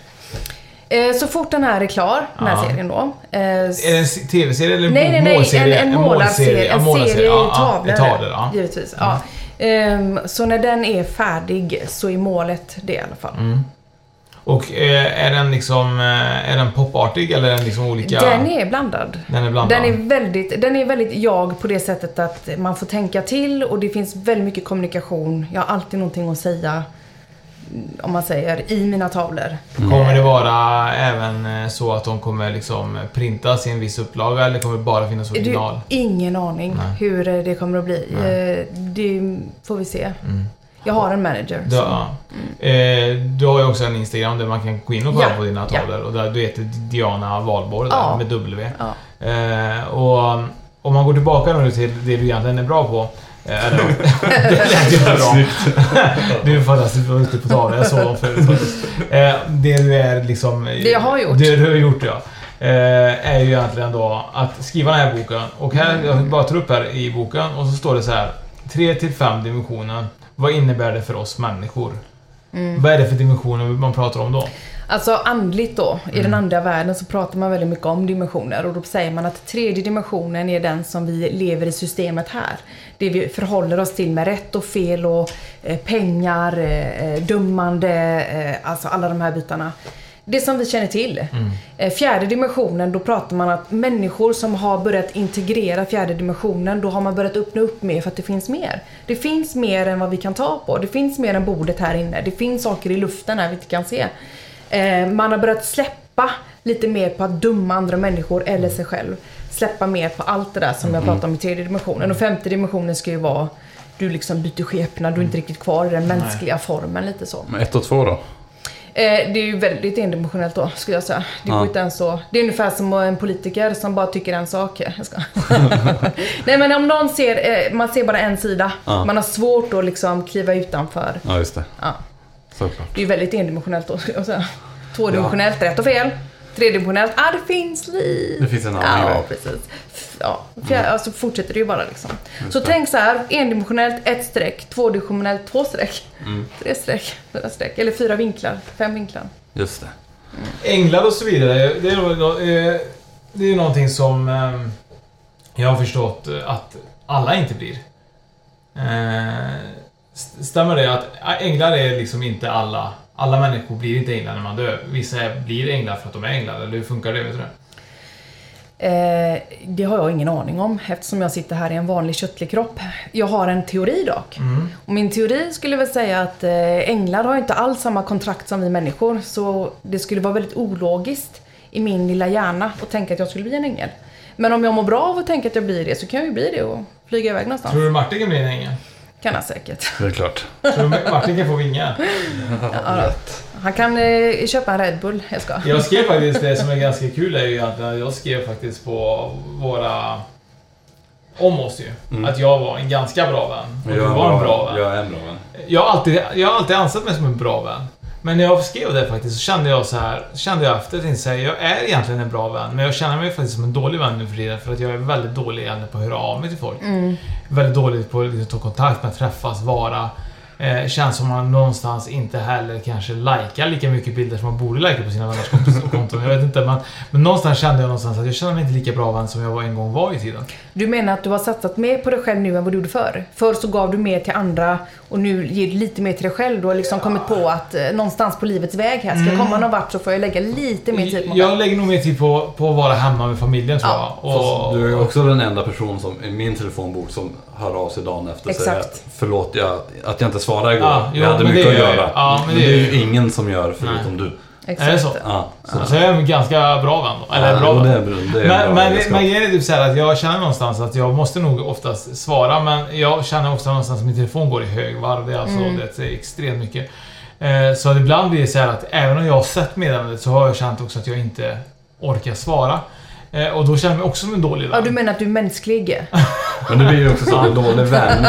Så fort den här är klar, den här ja. serien då. Eh, är det en tv-serie eller nej, nej, nej, målserie? En, en målarserie. En, en serie i ja, tavlor. tavlor ja. Givetvis, mm. ja. Um, så när den är färdig så är målet det i alla fall. Mm. Och eh, är den liksom är den popartig eller är den liksom olika? Den är blandad. Den är blandad. Den är väldigt den är väldigt jag på det sättet att man får tänka till och det finns väldigt mycket kommunikation. Jag har alltid någonting att säga, om man säger, i mina tavlor. Mm. Kommer det vara även så att de kommer liksom printas i en viss upplaga eller kommer det bara finnas original? Du, ingen aning Nej. hur det kommer att bli. Nej. Det får vi se. Mm. Jag har en manager. Du, ja. mm. eh, du har ju också en Instagram där man kan gå in och kolla ja. på dina tavlor. Ja. Och där du heter Diana Wahlborg där, ja. med W. Ja. Eh, och om man går tillbaka nu till det du egentligen är bra på. Eh, eller, det lät ju bra. Du är fantastiskt duktig på tavlor. Jag såg dem förut. Eh, det du är liksom... Det jag har gjort. Det du har gjort, ja. Eh, är ju egentligen då att skriva den här boken. Och här, jag bara tar upp här i boken och så står det så här. tre till fem dimensioner. Vad innebär det för oss människor? Mm. Vad är det för dimensioner man pratar om då? Alltså andligt då, i mm. den andra världen så pratar man väldigt mycket om dimensioner. Och då säger man att tredje dimensionen är den som vi lever i systemet här. Det vi förhåller oss till med rätt och fel och eh, pengar, eh, dömande, eh, alltså alla de här bitarna. Det som vi känner till. Mm. Fjärde dimensionen, då pratar man att människor som har börjat integrera fjärde dimensionen, då har man börjat öppna upp mer för att det finns mer. Det finns mer än vad vi kan ta på. Det finns mer än bordet här inne. Det finns saker i luften här vi inte kan se. Man har börjat släppa lite mer på att döma andra människor eller sig själv. Släppa mer på allt det där som mm. jag pratar om i tredje dimensionen. Och femte dimensionen ska ju vara, du liksom byter skepnad, du är inte riktigt kvar i den mänskliga Nej. formen lite så. Men ett och två då? Det är ju väldigt endimensionellt då, skulle jag säga. Det, ja. inte ens så. Det är ungefär som en politiker som bara tycker en sak. Jag ska. Nej, men om någon ser, man ser bara en sida. Ja. Man har svårt att liksom kliva utanför. Ja, just det. Ja. Såklart. Det är ju väldigt endimensionellt då, skulle jag säga. Tvådimensionellt, ja. rätt och fel. Tredimensionellt, ah, det finns liv. Det finns en annan ja, grej. Precis. Ja, fjär, alltså fortsätter det ju bara liksom. Just så det. Tänk så här, endimensionellt, ett streck, tvådimensionellt, två streck, mm. tre streck, fyra streck, eller fyra vinklar, fem vinklar. Just det. Mm. Änglar och så vidare, det är, det är, det är någonting som jag har förstått att alla inte blir. Eh, stämmer det att änglar är liksom inte alla... Alla människor blir inte änglar när man dör. Vissa blir änglar för att de är änglar. Eller hur funkar det, vet du det? Eh, det har jag ingen aning om eftersom jag sitter här i en vanlig köttlig kropp. Jag har en teori dock. Mm. Och min teori skulle väl säga att eh, änglar har inte alls samma kontrakt som vi människor. Så det skulle vara väldigt ologiskt i min lilla hjärna att tänka att jag skulle bli en ängel. Men om jag mår bra av att tänka att jag blir det så kan jag ju bli det och flyga iväg någonstans. Tror du Martin kan bli en ängel? Kan han säkert. Det är klart. Tror du Martin kan få vingar? Ja, han kan eh, köpa en Red Bull, jag ska. Jag skrev faktiskt, det som är ganska kul är ju att jag skrev faktiskt på våra... Om oss ju. Mm. Att jag var en ganska bra vän. Och jag du var en bra vän. Jag är en bra vän. Jag har alltid, jag har alltid ansett mig som en bra vän. Men när jag skrev det faktiskt så kände jag så här, kände jag efter att inte säga jag är egentligen en bra vän, men jag känner mig faktiskt som en dålig vän nu för tiden för att jag är väldigt dålig på att höra av mig till folk. Mm. Väldigt dålig på att ta kontakt med, träffas, vara. Eh, känns som man någonstans inte heller kanske likar lika mycket bilder som man borde lika på sina vänners konton. Jag vet inte, men, men någonstans kände jag någonstans att jag känner mig inte lika bra vän som jag var en gång var i tiden. Du menar att du har satsat mer på dig själv nu än vad du gjorde förr? Förr så gav du mer till andra och nu ger du lite mer till dig själv. Du har liksom ja. kommit på att eh, någonstans på livets väg här ska jag komma någon vart så får jag lägga lite mer tid på mig. Jag lägger nog mer tid på, på att vara hemma med familjen tror ja. jag. Och... Du är också den enda person som i min telefonbok som hör av sig dagen efter och säger förlåt jag, att jag inte svarade igår. Ja, jo, jag hade mycket att göra. Ja, men, men det är ju ingen som gör förutom Nej. du. Exakt. Är det så? Ja. Så, så jag är en ganska bra vän då. Eller ja, bra det är, det är men, bra men, men grejen är typ så här att jag känner någonstans att jag måste nog oftast svara, men jag känner också någonstans att min telefon går i högvarv. Det är alltså mm. det är extremt mycket. Eh, så ibland blir det så här att även om jag har sett meddelandet så har jag känt också att jag inte orkar svara. Eh, och då känner jag mig också som en dålig vän. Ja, du menar att du är mänsklig? Men du blir ju också som en dålig vän.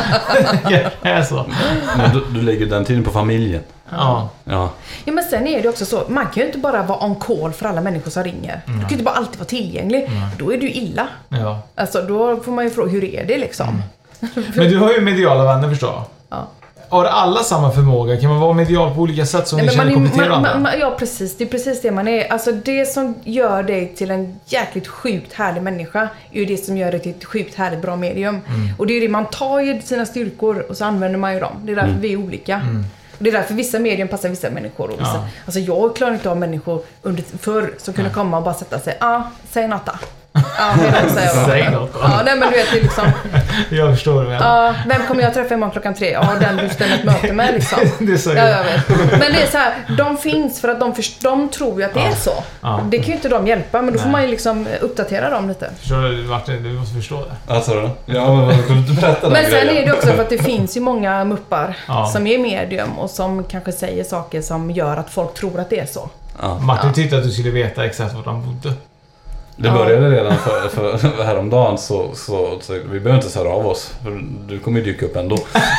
Ja, är så. Men du, du lägger den tiden på familjen. Ja. Ja. Ja, men sen är det också så, man kan ju inte bara vara on call för alla människor som ringer. Mm. Du kan ju inte bara alltid vara tillgänglig. Mm. Då är du illa. Ja. Alltså, då får man ju fråga, hur är det liksom? Mm. Men du har ju mediala vänner, förstår jag. Ja. Har alla samma förmåga? Kan man vara medial på olika sätt som Nej, ni känner kompletterar varandra? Ja, precis. Det är precis det man är. Alltså det som gör dig till en jäkligt sjukt härlig människa är ju det som gör dig till ett sjukt härligt bra medium. Mm. Och det är det man tar ju sina styrkor och så använder man ju dem. Det är därför mm. vi är olika. Mm. Och det är därför vissa medium passar vissa människor. Och vissa. Ja. Alltså jag klarar inte av människor under förr som kunde komma och bara sätta sig. Ja, ah, säg natta. Ja, säg något. Ja, nej, men du vet det liksom. Jag förstår det. Ja, vem kommer jag träffa imorgon klockan tre? Ja, den du ställer ett möte med liksom. Det är så. Ja, jag vet. Men det är så här, de finns för att de, först, de tror ju att det ja. är så. Ja. Det kan ju inte de hjälpa, men då får nej. man ju liksom uppdatera dem lite. Förstår du, Martin? Du måste förstå det. Alltså då? Ja, men vad kunde du berätta Men sen grejen? Är det också för att det finns ju många muppar ja. som är medium och som kanske säger saker som gör att folk tror att det är så. Ja. Martin ja. tyckte att du skulle veta exakt var han bodde. Det började redan för, för häromdagen så, så, så vi behöver inte säga av oss för du kommer ju dyka upp ändå.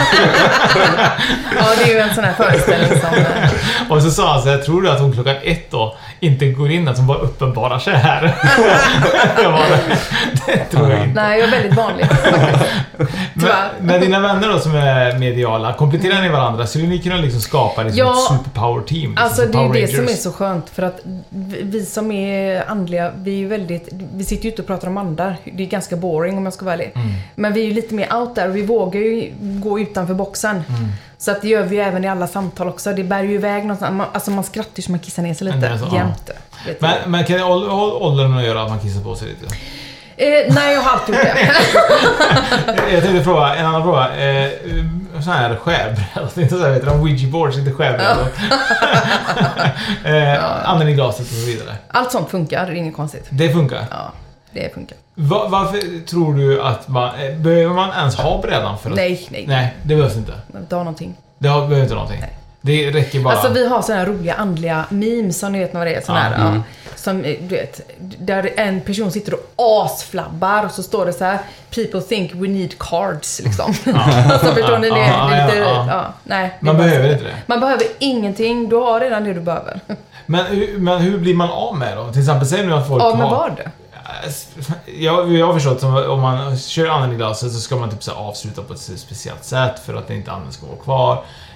Ja, det är ju en sån här föreställning som... Och så sa han så jag tror du att hon klockan ett då inte går in att hon bara uppenbarar sig här. Jag bara, det tror jag inte. Nej, jag är väldigt vanlig. Men, men dina vänner då som är mediala, kompletterar ni varandra? Skulle ni kunna liksom skapa liksom ja, ett superpower team? Liksom alltså det är det som är så skönt för att vi som är andliga, vi är ju väldigt vi sitter ju ute och pratar om andar. Det är ganska boring om jag ska vara ärlig. Mm. Men vi är ju lite mer out där och vi vågar ju gå utanför boxen. Mm. Så att det gör vi ju även i alla samtal också. Det bär ju iväg någonstans. Man, alltså man skrattar ju så man kissar ner sig lite. Så, jämt. Ja. Men, men kan det åldern att göra att man kissar på sig lite? Eh, nej, jag har alltid gjort det. Jag tänkte fråga, en annan fråga. Eh, sån här skärbräd. Inte så här, vet du, Ouija boards, inte skärbräd. eh, ja. Anden i glaset och så vidare. Allt sånt funkar, det är inget konstigt. Det funkar? Ja, det funkar. Va, varför tror du att man... Eh, behöver man ens ha brädan för att... Nej, nej. Nej, det behövs inte. Det har någonting. Det har, behöver inte någonting. Nej. Det räcker bara... Alltså vi har såna här roliga andliga memes som ni vet vad det är. Såna ja. här, mm. ja, som, du vet, där en person sitter och asflabbar och så står det så här: people think we need cards, liksom. Ja. Så förstår ni det? Ja, det är lite, ja, ja. Ja, nej, man behöver inte det. Man behöver ingenting, du har redan det du behöver. Men, men hur blir man av med då? Till exempel, säg nu att folk av med har... vad? Jag, jag har förstått att om man kör anden i glaset så ska man typ så avsluta på ett speciellt sätt för att det inte anden ska vara kvar.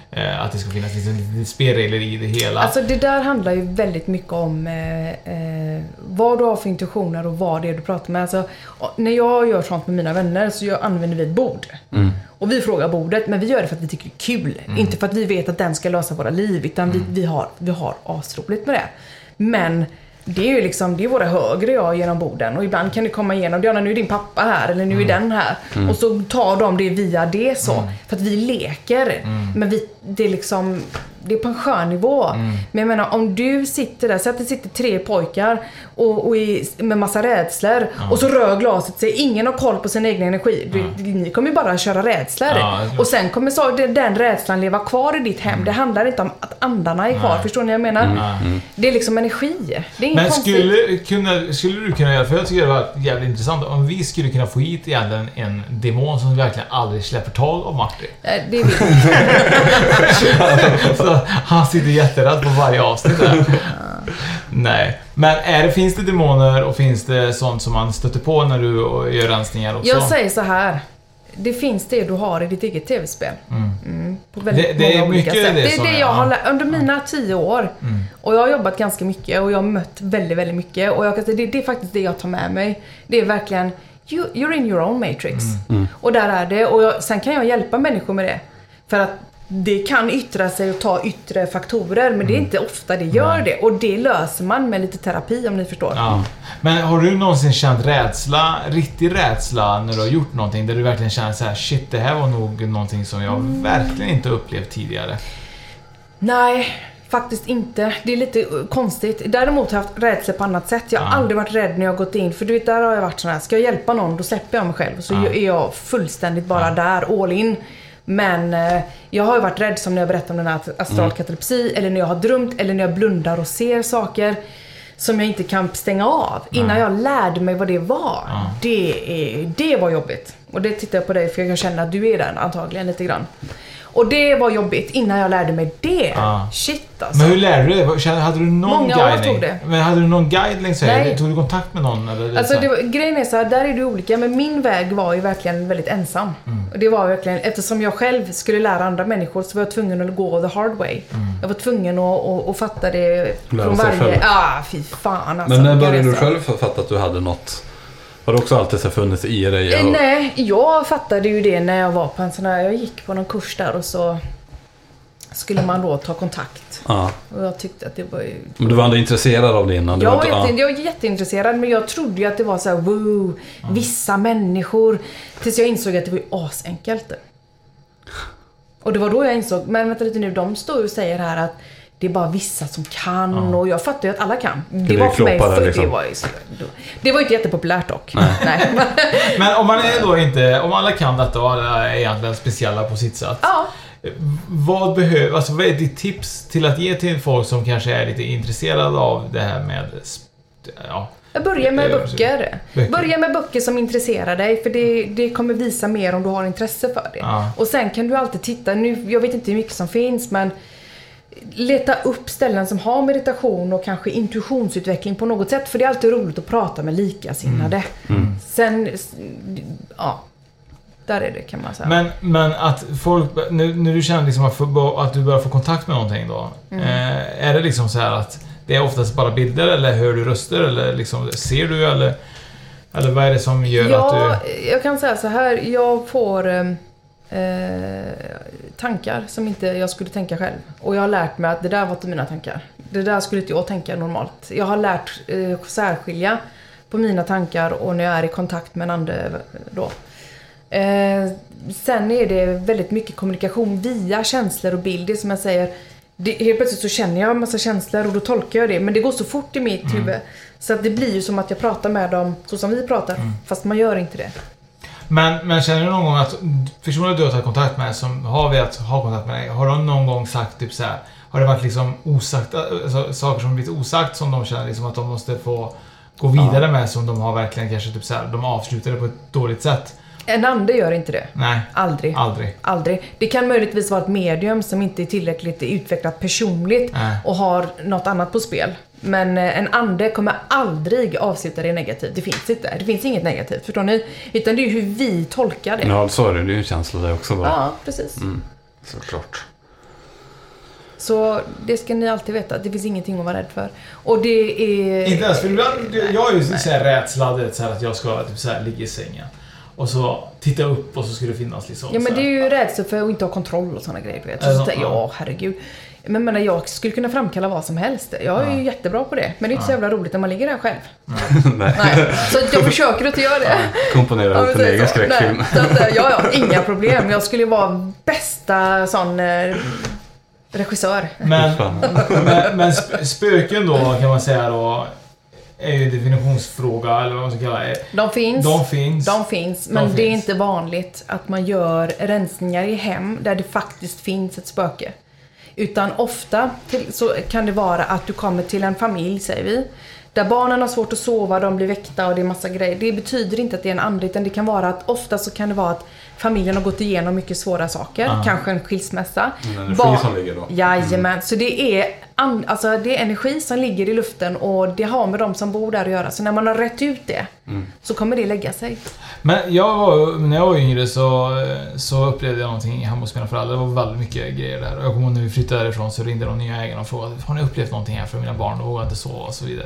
eh, att det ska finnas lite, lite spelregler i det hela. Alltså det där handlar ju väldigt mycket om eh, eh, vad du har för intuitioner och vad det är du pratar med. Alltså, när jag gör sånt med mina vänner så jag använder vi ett bord. Mm. Och vi frågar bordet, men vi gör det för att vi tycker det är kul. Mm. Inte för att vi vet att den ska lösa våra liv, utan mm. vi, vi har, vi har asroligt med det. Men det är ju liksom, det är våra högre jag genom borden. Och ibland kan det komma igenom, ja, nu är din pappa här, eller nu är mm. den här. Mm. Och så tar de det via det så. Mm. För att vi leker. Mm. Men vi, det är liksom, det är på en skön nivå. Mm. Men jag menar, om du sitter där, så att det sitter tre pojkar och, och i, med massa rädslor. Mm. Och så rör glaset sig, ingen har koll på sin egen energi. Mm. Du, ni kommer ju bara köra rädslor. Ja, och sen kommer så, det, den rädslan leva kvar i ditt hem. Mm. Det handlar inte om att andarna är kvar. Mm. Förstår ni vad jag menar? Mm. Det är liksom energi. Det är Men skulle, kunna, skulle du kunna göra, för jag tycker det var jävligt intressant, om vi skulle kunna få hit egentligen en demon som verkligen aldrig släpper tag av Martin. Det vill jag. Så han sitter jätterädd på varje avsnitt där. Nej. Men är det, finns det demoner och finns det sånt som man stöter på när du gör rensningar också? Jag säger så här. Det finns det du har i ditt eget tv-spel. Mm. Mm, på väldigt det, det många är olika mycket sätt. Det, det är det jag ja. har lärt under mina tio år. Mm. Och jag har jobbat ganska mycket och jag har mött väldigt, väldigt mycket. Och jag kan säga, det, det är faktiskt det jag tar med mig. Det är verkligen, you, you're in your own matrix. Mm. Mm. Och där är det. Och jag, sen kan jag hjälpa människor med det. För att det kan yttra sig och ta yttre faktorer, men det är inte ofta det gör Nej. det. Och det löser man med lite terapi, om ni förstår. Ja. Men har du någonsin känt rädsla, riktig rädsla, när du har gjort någonting där du verkligen känner så här: shit, det här var nog någonting som jag mm. verkligen inte upplevt tidigare? Nej, faktiskt inte. Det är lite konstigt. Däremot har jag haft rädsla på annat sätt. Jag har ja. aldrig varit rädd när jag har gått in. För du vet, där har jag varit sån här: ska jag hjälpa någon, då släpper jag mig själv. Så ja. är jag fullständigt bara ja. där, all in. Men eh, jag har ju varit rädd, som när jag berättar om den här astralkatalepsi, mm. eller när jag har drömt, eller när jag blundar och ser saker som jag inte kan stänga av. Mm. Innan jag lärde mig vad det var. Mm. Det, är, det var jobbigt. Och det tittar jag på dig, för jag kan känna att du är där antagligen lite grann. Och det var jobbigt innan jag lärde mig det. Ah. Shit alltså. Men hur lärde du det? Hade du någon Många guidning? år tog det. Men hade du någon guidning? Nej. Tog du kontakt med någon? Eller alltså det var, grejen är så här, där är du olika. Men min väg var ju verkligen väldigt ensam. Mm. Och det var verkligen, eftersom jag själv skulle lära andra människor, så var jag tvungen att gå the hard way. Mm. Jag var tvungen att, att, att fatta det från varje... Ja, ah, fy fan alltså. Men när började du själv fatta att du hade något... Har det också alltid så funnits i dig? Och... Nej, jag fattade ju det när jag var på en sån här... Jag gick på någon kurs där och så... skulle man då ta kontakt. Ja. Och jag tyckte att det var ju... Men du var ändå intresserad av det innan? Jag var, var, jätte, jag var jätteintresserad, men jag trodde ju att det var så här, wow, ja. vissa människor. Tills jag insåg att det var ju asenkelt. Och det var då jag insåg, men vänta lite nu, de står och säger här att det är bara vissa som kan, ja. och jag fattar ju att alla kan. Det, det var för mig, för liksom. det var ju så, det var ju inte jättepopulärt dock. Nej. Nej. Men om man är då inte, om alla kan detta och alla är egentligen speciella på sitt sätt. Ja. Vad behöver, alltså vad är ditt tips till att ge till folk som kanske är lite intresserade av det här med, ja, börja med böcker. böcker. Börja med böcker som intresserar dig, för det, det kommer visa mer om du har intresse för det. Ja. Och sen kan du alltid titta, nu, jag vet inte hur mycket som finns, men leta upp ställen som har meditation och kanske intuitionsutveckling på något sätt, för det är alltid roligt att prata med likasinnade. Mm. Mm. Sen, ja, där är det, kan man säga. Men, men att folk, nu, när du känner liksom att, för, att du börjar få kontakt med någonting då, mm. eh, är det liksom så här att det är oftast bara bilder, eller hör du röster, eller liksom, ser du, eller, eller vad är det som gör ja, att du... jag kan säga så här, jag får eh, tankar som inte jag skulle tänka själv. Och jag har lärt mig att det där var inte mina tankar. Det där skulle inte jag tänka normalt. Jag har lärt eh, särskilja på mina tankar och när jag är i kontakt med en annan då. Eh, sen är det väldigt mycket kommunikation via känslor och bilder, som jag säger. Det, helt plötsligt så känner jag en massa känslor och då tolkar jag det, men det går så fort i mitt mm. huvud, så att det blir ju som att jag pratar med dem så som vi pratar, mm. fast man gör inte det. Men, men känner du någon gång att personer du har tagit kontakt med, som har velat ha kontakt med dig, har de någon gång sagt typ så här, har det varit liksom osagt, alltså, saker som blivit osagt som de känner liksom att de måste få gå vidare ja. med, som de har verkligen kanske typ så här, de avslutade på ett dåligt sätt? En ande gör inte det. Nej. Aldrig. Aldrig. Aldrig. Det kan möjligtvis vara ett medium som inte är tillräckligt utvecklat personligt Nej. och har något annat på spel. Men en ande kommer aldrig avsluta det negativt. Det finns inte. Det finns inget negativt, förstår ni? Utan det är hur vi tolkar det. Ja, så är det. Det är ju en känsla det också. Bara. Ja, precis. Mm. Såklart. Så det ska ni alltid veta, det finns ingenting att vara rädd för. Och det är... Inte ens, för ibland, jag är ju så här rädslad så här att jag ska typ så här ligga i sängen. Och så titta upp och så skulle det finnas liksom. Ja, men det är ju rädsla för att inte ha kontroll och såna grejer, vet. Så så, ja, herregud. Men menar, jag skulle kunna framkalla vad som helst. Jag är ju ja. jättebra på det. Men det är inte så jävla roligt när man ligger där själv. Nej. Nej. Så jag försöker inte göra det. Ja, komponera upp en egen skräckfilm. Så att, ja, ja, inga problem. Jag skulle vara bästa sån eh, regissör. Men, men, men spöken då kan man säga då är ju definitionsfråga eller vad man ska kalla det. De finns. De finns. De finns, men De det är finns. inte vanligt att man gör rensningar i hem där det faktiskt finns ett spöke. Utan ofta till, så kan det vara att du kommer till en familj, säger vi, där barnen har svårt att sova, de blir väckta och det är massa grejer. Det betyder inte att det är en ande, utan det kan vara att ofta så kan det vara att familjen har gått igenom mycket svåra saker. Aha. Kanske en skilsmässa. En energi Bar- som ligger då. Jajamän. Mm. Så det är, an- alltså det är energi som ligger i luften och det har med de som bor där att göra. Så när man har rätt ut det mm. så kommer det lägga sig. Men jag var, när jag var yngre så, så upplevde jag någonting hemma hos mina föräldrar. Det var väldigt mycket grejer där. Och jag kommer ihåg när vi flyttade därifrån så ringde de nya ägarna och frågade: har ni upplevt någonting här för mina barn? Och vågade inte sova och så vidare.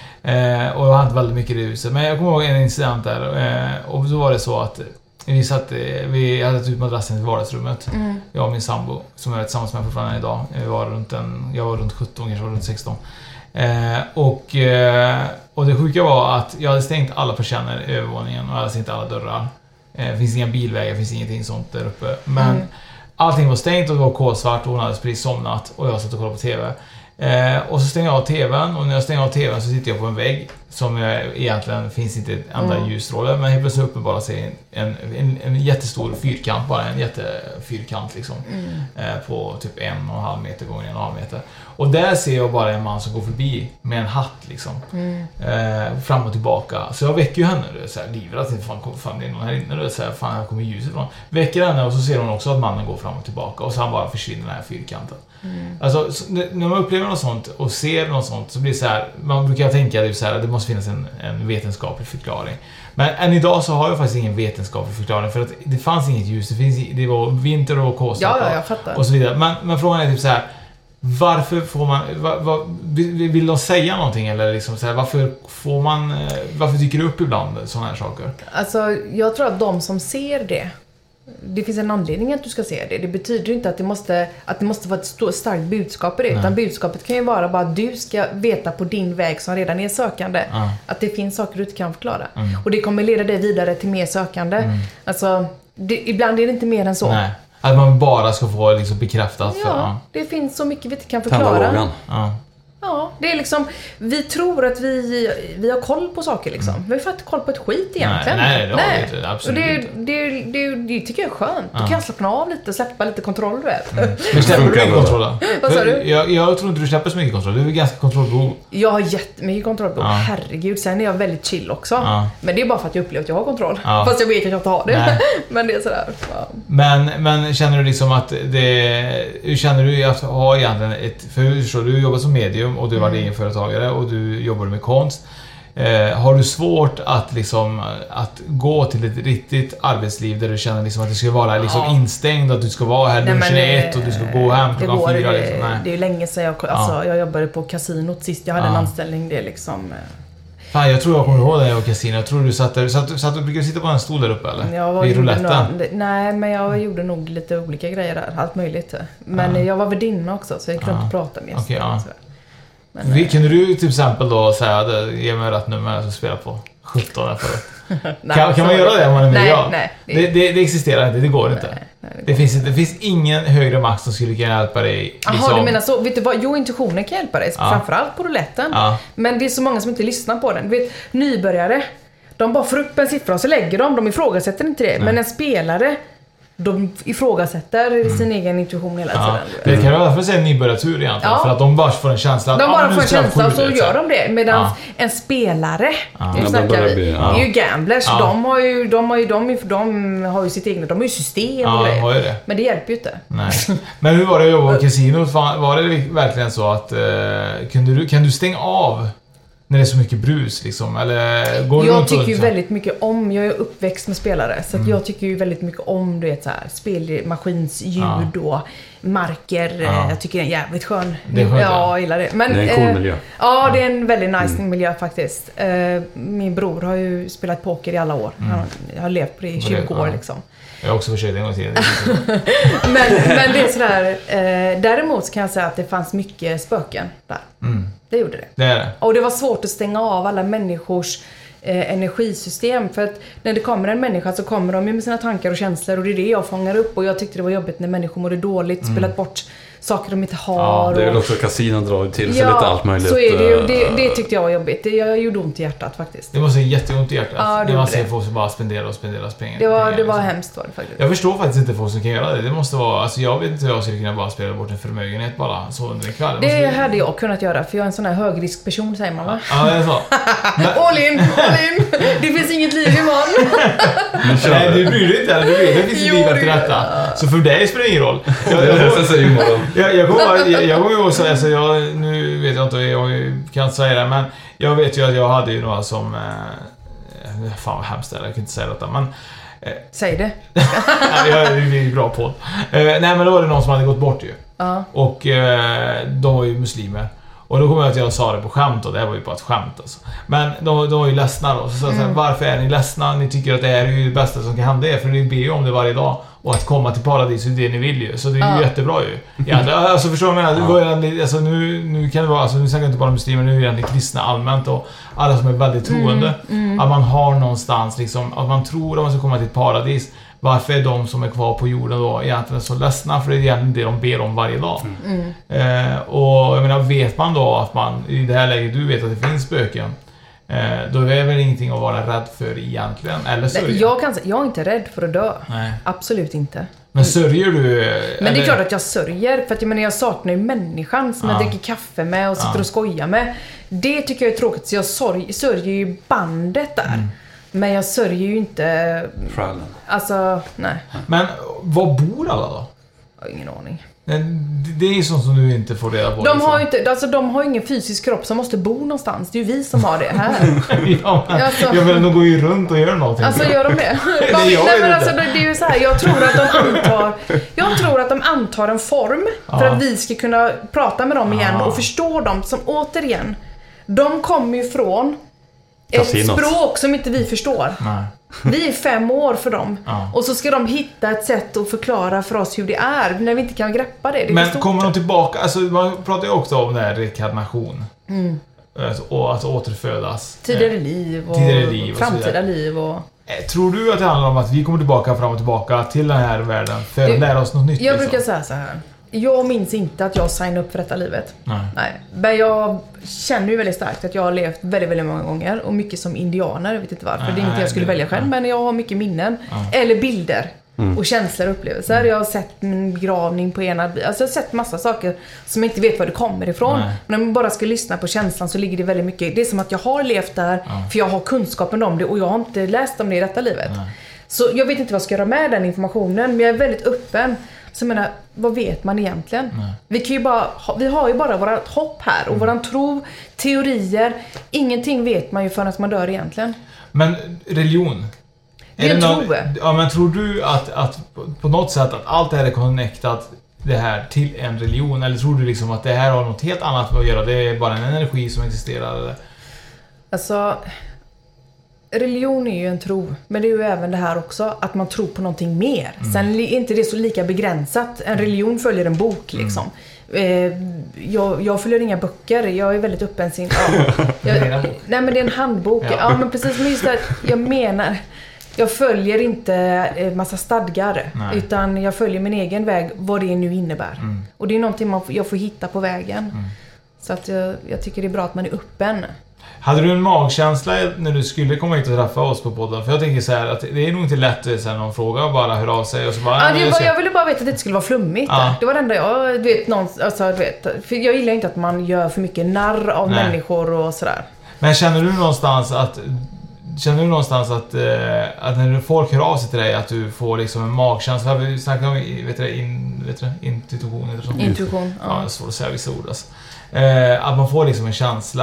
Eh, och jag har inte väldigt mycket i det huset. Men jag kommer ihåg en incident där. Eh, och då var det så att vi satt, vi hade tagit ut madrassen i vardagsrummet. Mm. Jag och min sambo, som jag är tillsammans med fortfarande idag. Vi var runt en, jag var runt sjutton, kanske var runt sexton. Eh, och, eh, och det sjuka var att jag hade stängt alla persienner i övervåningen och jag hade stängt alla dörrar. Eh, det finns inga bilvägar, det finns ingenting sånt där uppe. Men mm. allting var stängt och det var kolsvart och hon hade precis somnat och jag satt och kollade på tv. Eh, och så stänger jag av tvn och när jag stänger av tvn så sitter jag på en vägg som jag, egentligen finns inte ett enda mm. ljusstråle, men helt plötsligt uppe bara ser en, en, en jättestor fyrkant, bara en jättefyrkant liksom, mm. eh, på typ en och en halv meter gånger en och en halv meter. Och där ser jag bara en man som går förbi med en hatt liksom, mm. eh, fram och tillbaka. Så jag väcker ju henne, så här, livrädd, att fan, fan det är någon här inne, så här, fan här kommer ljuset från. Väcker henne och så ser hon också att mannen går fram och tillbaka och så han bara försvinner den här fyrkanten. Mm. Alltså, så, när man upplever något sånt och ser något sånt så blir det så här, man brukar tänka det, så här, det måste finnas en, en vetenskaplig förklaring. Men än idag så har jag faktiskt ingen vetenskaplig förklaring för att det fanns inget ljus, det, finns, det var vinter och kolsvart ja, ja, jag fattar. Och så vidare. Men, men frågan är typ så här: varför får man, va, va, vill, vill de säga någonting eller liksom så här, varför får man, varför dyker det upp ibland sådana här saker? Alltså jag tror att de som ser det, det finns en anledning att du ska se det. Det betyder inte att det måste, att det måste vara ett stort, starkt budskap i det. Nej. Utan budskapet kan ju vara bara att du ska veta på din väg som redan är sökande. Ja. Att det finns saker du inte kan förklara. Mm. Och det kommer leda dig vidare till mer sökande. Mm. Alltså, det, ibland är det inte mer än så. Nej. Att man bara ska få liksom bekräftat. Ja, för, ja, det finns så mycket vi inte kan förklara. Ja. Ja, det är liksom, vi tror att vi, vi har koll på saker liksom. Mm. Vi har faktiskt koll på ett skit egentligen. Nej, nej, det har vi inte, absolut och det, inte. Det, det, det, det tycker jag är skönt. Ja. Du kan slappna av lite och släppa lite kontroll, du vet. Mm. Men släpper du mycket kontroll då? Vad sa du? Jag, jag tror inte du släpper så mycket kontroll. Du är ganska kontrollbehov. Jag har jättemycket kontrollbehov. Ja. Herregud, sen är jag väldigt chill också. Ja. Men det är bara för att jag upplever att jag har kontroll. Ja. Fast jag vet att jag inte har det. Men det är sådär. Ja. Men, men känner du liksom att det... Hur känner du att ha egentligen ett... För hur förstår du, du jobbar som medium och du var mm. egenföretagare och du jobbar med konst. Eh, har du svårt att liksom att gå till ett riktigt arbetsliv där du känner liksom att du ska vara liksom ja. instängd, att du ska vara här lunchen ett och du ska gå hem klockan går, fyra det, liksom. Nej. Det är länge sedan jag alltså, ja. jag jobbade på kasinot sist. Jag hade ja. en anställning, det är liksom fan, jag tror jag kommer ihåg det jag och kasino. Jag tror du satt där, satt, satt du brukade sitta på en stol där uppe eller? Jag var vid rouletten. Nog, nej, men jag gjorde nog lite olika grejer där, allt möjligt. Men ja. jag var värdinna också så jag kunde ja. inte prata med okay, ja. Men, kan du till exempel då säga att ge mig rätt nummer att spela på sjutton där förut? nej, kan, kan man göra det om man är med? Nej, ja. nej. Det, det, det existerar inte, det går inte. Nej, nej, det, det, finns, det finns ingen högre makt som skulle kunna hjälpa dig. Jaha, liksom. Du menar så. Vet du vad? Jo, intuitionen kan hjälpa dig. Ja. Framförallt på rouletten. Ja. Men det är så många som inte lyssnar på den. Du vet, nybörjare, de bara får upp en siffra och så lägger de. De ifrågasätter inte det. Nej. Men en spelare, de ifrågasätter mm. sin egen intuition hela tiden. Ja. Det kan vara därför säga nybörjartur egentligen. Ja. För att de bara får en känsla att de bara ah, får en känsla och så gör de det. Medan ja. en spelare, ja. nu snackar vi, bli, ja. är ju gamblers. Ja. De har ju, de har ju, de, de har ju sitt egna, de har ju system ja, och grejer. Det. Men det hjälper ju inte. Nej. Men hur var det att jobba på kasinot? Var det verkligen så att uh, kunde du, kan du stänga av När det är så mycket brus liksom, eller går jag runt tycker och, ju så? väldigt mycket om, jag är uppväxt med spelare, så att Mm. jag tycker ju väldigt mycket om, du vet så här, spelmaskinsljud Ja. och marker. Ja. Jag tycker det är jävligt skön. Det är skönt, ja, ja. jag gillar det. Men, Det är en cool eh, miljö. Ja, det är en väldigt nice Mm. miljö faktiskt. Eh, min bror har ju spelat poker i alla år. Mm. Han har, har levt på det i Och det- tjugo år ja. liksom. Jag har också försökt en gång till. men, men det är sådär, eh, däremot så kan jag säga att det fanns mycket spöken där. Mm. Det gjorde det. Det är det. Och det var svårt att stänga av alla människors eh, energisystem. För att när det kommer en människa så kommer de ju med sina tankar och känslor. Och det är det jag fångar upp. Och jag tyckte det var jobbigt när människor mådde dåligt. Mm. Spelat bort saker de inte har. Ja, det är väl och... också kasinon drar till sig Ja, lite allt möjligt. så är det ju. eh, Det, det tyckte jag var jobbigt. Det jag gjorde ont i hjärtat faktiskt. Det måste vara jätteont i hjärtat. Ja, det när man gjorde ser det. folk som bara spenderar och spenderar och pengar. Det var, pengar, det var liksom. hemskt var det faktiskt. Jag förstår faktiskt inte folk som kan göra det. Det måste vara, alltså jag vet inte hur jag skulle kunna bara spela bort en förmögenhet bara så under en kväll. Det måste... hade jag kunnat göra, för jag är en sån här högriskperson, säger man va? Ja, det är så. All in, all in! Det finns inget liv imorgon. Nej, du bryr dig inte. Du vet, det finns ett Jo, liv det efter gör detta. Så för dig spelar det ingen roll. Jag, Det jag, är det som säger imorgon. jag, jag kommer jag, jag kommer ihåg så alltså jag, nu vet jag inte, jag kan inte säga det, men jag vet ju att jag hade ju några som... Eh, fan vad hemskt det är, jag kan inte säga detta, men... Eh, Säg det. nej, jag är bra på det. Eh, nej, men då var det någon som hade gått bort ju. Ja. Och eh, de var ju muslimer. Och då kommer jag att jag sa det på skämt, och det här var ju bara ett skämt alltså. Men de, de var ju ledsna då. Så sa jag så här, Mm. varför är ni ledsna? Ni tycker att det här är ju det bästa som kan hända er, för ni ber ju om det varje dag. Och att komma till paradis är det ni vill ju. Så det är ju Ja. jättebra ju. Ja, det, alltså förstår du vad jag menar? Det börjar, alltså, nu, nu kan det vara, alltså nu snackar jag inte bara om muslimer, nu är det kristna allmänt och alla som är väldigt troende. Mm, mm. Att man har någonstans liksom, att man tror att man ska komma till ett paradis. Varför är de som är kvar på jorden då egentligen så ledsna? För det är egentligen det de ber om varje dag. Mm. Eh, och jag menar, vet man då att man i det här läget, du vet att det finns spöken, eh, då är det väl ingenting att vara rädd för egentligen, eller sörja? Nej, jag, kan, jag är inte rädd för att dö. Nej. Absolut inte. Men sörjer du? Men det eller? är klart att jag sörjer, för att jag menar, jag saknar ju människan som Ja. jag dricker kaffe med och sitter Ja. och skojar med. Det tycker jag är tråkigt, så jag sorg, sörjer ju bandet där. Mm. Men jag sörjer ju inte... Själen. Alltså, nej. Men var bor alla då? Jag har ingen aning. Det är ju sånt som du inte får reda på. De liksom. har ju inte, alltså de har ju ingen fysisk kropp som måste bo någonstans. Det är ju vi som har det här. ja, men, Alltså- ja, men de går ju runt och gör någonting. Alltså gör de det? Det Nej, gör men ju alltså, inte. det det är ju så här, jag tror att de antar Jag tror att de antar en form för Ja. att vi ska kunna prata med dem igen Ja. och förstå dem, som återigen, de kommer ju från ett Kasinot. språk som inte vi förstår. Nej. Vi är fem år för dem. Ja. Och så ska de hitta ett sätt att förklara för oss hur det är när vi inte kan greppa det. Det är för Men stort. kommer de tillbaka, alltså man pratar ju också om det här rekarnation. Mm. Alltså, och att återfödas. Tidigare liv och Tidigare liv och så framtida vidare. liv och... Eh, Tror du att det handlar om att vi kommer tillbaka fram och tillbaka till den här världen för att Det- lära oss något nytt? Jag liksom? brukar säga så här. Jag minns inte att jag signade upp för detta livet. Nej. Nej. Men jag känner ju väldigt starkt att jag har levt väldigt, väldigt många gånger. Och mycket som indianer, jag vet inte varför. Nej, det är inget jag skulle det- välja själv. nej. Men jag har mycket minnen. Ja. Eller bilder. Mm. Och känslor och upplevelser. Jag har sett min begravning på ena... Alltså jag har sett massa saker som jag inte vet var det kommer ifrån. Nej. Men om man bara ska lyssna på känslan så ligger det väldigt mycket... Det är som att jag har levt där. Ja. För jag har kunskapen om det. Och jag har inte läst om det i detta livet. Nej. Så jag vet inte vad jag ska göra med den informationen. Men jag är väldigt öppen. Så jag menar, vad vet man egentligen? Nej. Vi kan ju bara, ha- vi har ju bara våra hopp här. Och Mm. våran tro, teorier. Ingenting vet man ju förrän man dör egentligen. Men religion? Det är en någon- tro. Ja, men tror du att, att på- på något sätt att allt det här är connectat det här till en religion? Eller tror du liksom att det här har något helt annat med att göra? Det är bara en energi som existerar? Eller? Alltså, religion är ju en tro. Men det är ju även det här också, att man tror på någonting mer. Mm. Sen är inte det så lika begränsat. En religion följer en bok liksom. Eh, jag, jag följer inga böcker. Jag är väldigt öppen sin... Ja, Det är en jag, bok. nej men det är en handbok. Ja. Ja, men precis. Men just det, jag menar... Jag följer inte eh, massa stadgar. Nej. Utan jag följer min egen väg, vad det nu innebär. Mm. Och det är någonting man, jag får hitta på vägen. Mm. Så att jag, jag tycker det är bra att man är öppen. Hade du en magkänsla när du skulle komma hit och träffa oss på podden? För jag tänker så här att det är nog inte lätt att säga någon fråga och bara höra av sig och så bara... Ja, det jag var, ska- jag ville bara veta att det inte skulle vara flummigt. Ja. Det var det enda jag, du vet, någon, alltså, du vet, för jag gillar inte att man gör för mycket narr av Nej. människor och sådär. Men känner du någonstans att... Känner du någonstans att, eh, att när folk hör av sig till dig att du får liksom en magkänsla? Vi snackar om, vet du det, in, vet du det, intuition eller sånt. Intuition, Ja, ja. det är svårt att säga vissa ord alltså. eh, Att man får liksom en känsla.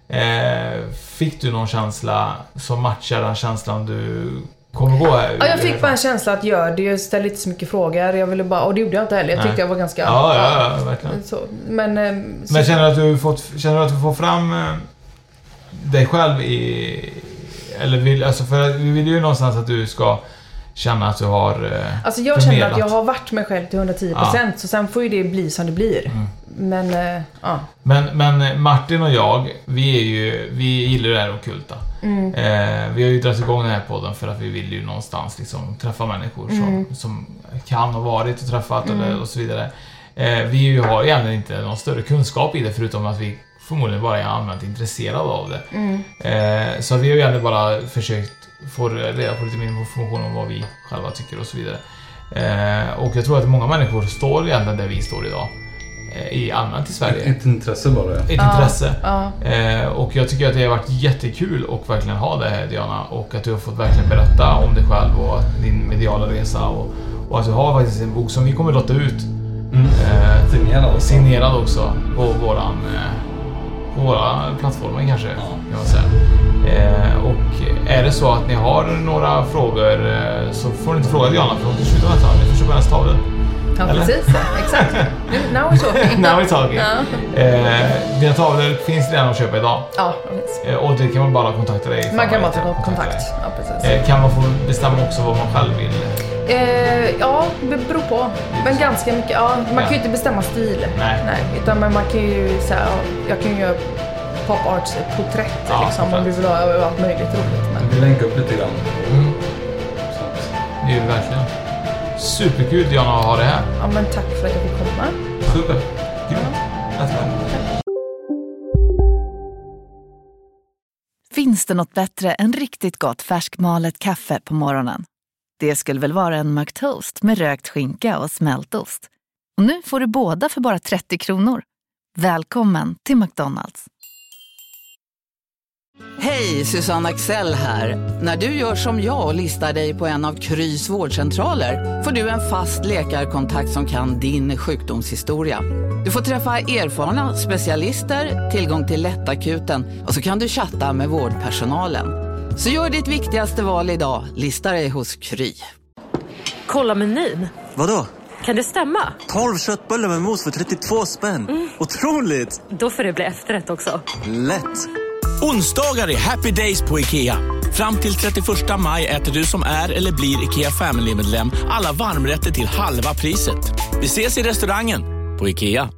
Eh, fick du någon känsla som matchar den känslan du kommer gå här? Ja, jag fick bara en känsla att gör det. Jag ställde inte så mycket frågor. Jag ville bara, och det gjorde jag inte heller. Jag tyckte Nej. jag var ganska... Ja, ja, ja verkligen. Så, men eh, så, men känner du att du fått, känner du att du får fram eh, dig själv i... Eller vill, alltså för vi vill ju någonstans att du ska känna att du har eh, Alltså jag förmedlat. känner att jag har varit mig själv till hundratio procent. Ja. Så sen får ju det bli som det blir. Mm. Men, eh, ja. Men, men Martin och jag, vi är ju, vi gillar det här ockulta. Mm. Eh, vi har ju dragit igång den här podden för att vi vill ju någonstans liksom träffa människor mm. som, som kan ha varit och träffat mm. eller, och så vidare. Eh, vi har egentligen inte någon större kunskap i det förutom att vi förmodligen bara är allmänt intresserade av det. Mm. Eh, så vi har ju egentligen bara försökt få reda på lite mer information om vad vi själva tycker och så vidare. Eh, och jag tror att många människor står egentligen där vi står idag. I allmänt i Sverige. Ett, ett intresse bara. Ett ja, intresse. Ja. Eh, och jag tycker att det har varit jättekul att verkligen ha det här, Diana. Och att du har fått verkligen berätta om dig själv och din mediala resa. Och, och att du har faktiskt en bok som vi kommer låta ut. Mm. Eh, signerad också. Signerad också på våran eh, på våra plattformar kanske. Ja. Kan man säga. Eh, och är det så att ni har några frågor eh, så får ni inte fråga Diana för hon kan sluta vänta. Ni får köpa nästa tavla. Ja, eller? Precis. Exakt. Now we're talking. Now we're talking. Ja. Eh, dina tavlor finns redan att köpa idag. Ja, precis. Eh, och det kan man bara kontakta dig. Man kan bara ta kontakt. kontakt. Ja, precis. Eh, kan man få bestämma också vad man själv vill? Eh, ja, det beror på. Men ganska mycket. Ja, man ja. kan ju inte bestämma stil. Nej. Nej. Utan men man kan ju så här, jag kan ju göra pop arts porträtt ja, liksom porträtt. Om du vill ha allt möjligt roligt. Men... Vi länkar upp lite grann. Mm. Det är ju verkligen superkul Diana att ha det här. Ja, men tack för att jag fick komma. Super. Kul. Ja. Finns det något bättre än riktigt gott färskmalet kaffe på morgonen? Det skulle väl vara en McToast med rökt skinka och smältost. Och nu får du båda för bara trettio kronor. Välkommen till McDonald's. Hej, Susanne Axel här. När du gör som jag och listar dig på en av Krys vårdcentraler får du en fast läkarkontakt som kan din sjukdomshistoria. Du får träffa erfarna specialister, tillgång till lättakuten och så kan du chatta med vårdpersonalen. Så gör ditt viktigaste val idag, lista dig hos Kry. Kolla menyn. Vadå? Kan det stämma? tolv köttbullar med mos för trettiotvå spänn. Mm. Otroligt! Då får det bli efterrätt också. Lätt! Onsdagar är happy days på IKEA. Fram till trettioförsta maj äter du som är eller blir IKEA Family-medlem alla varmrätter till halva priset. Vi ses i restaurangen på IKEA.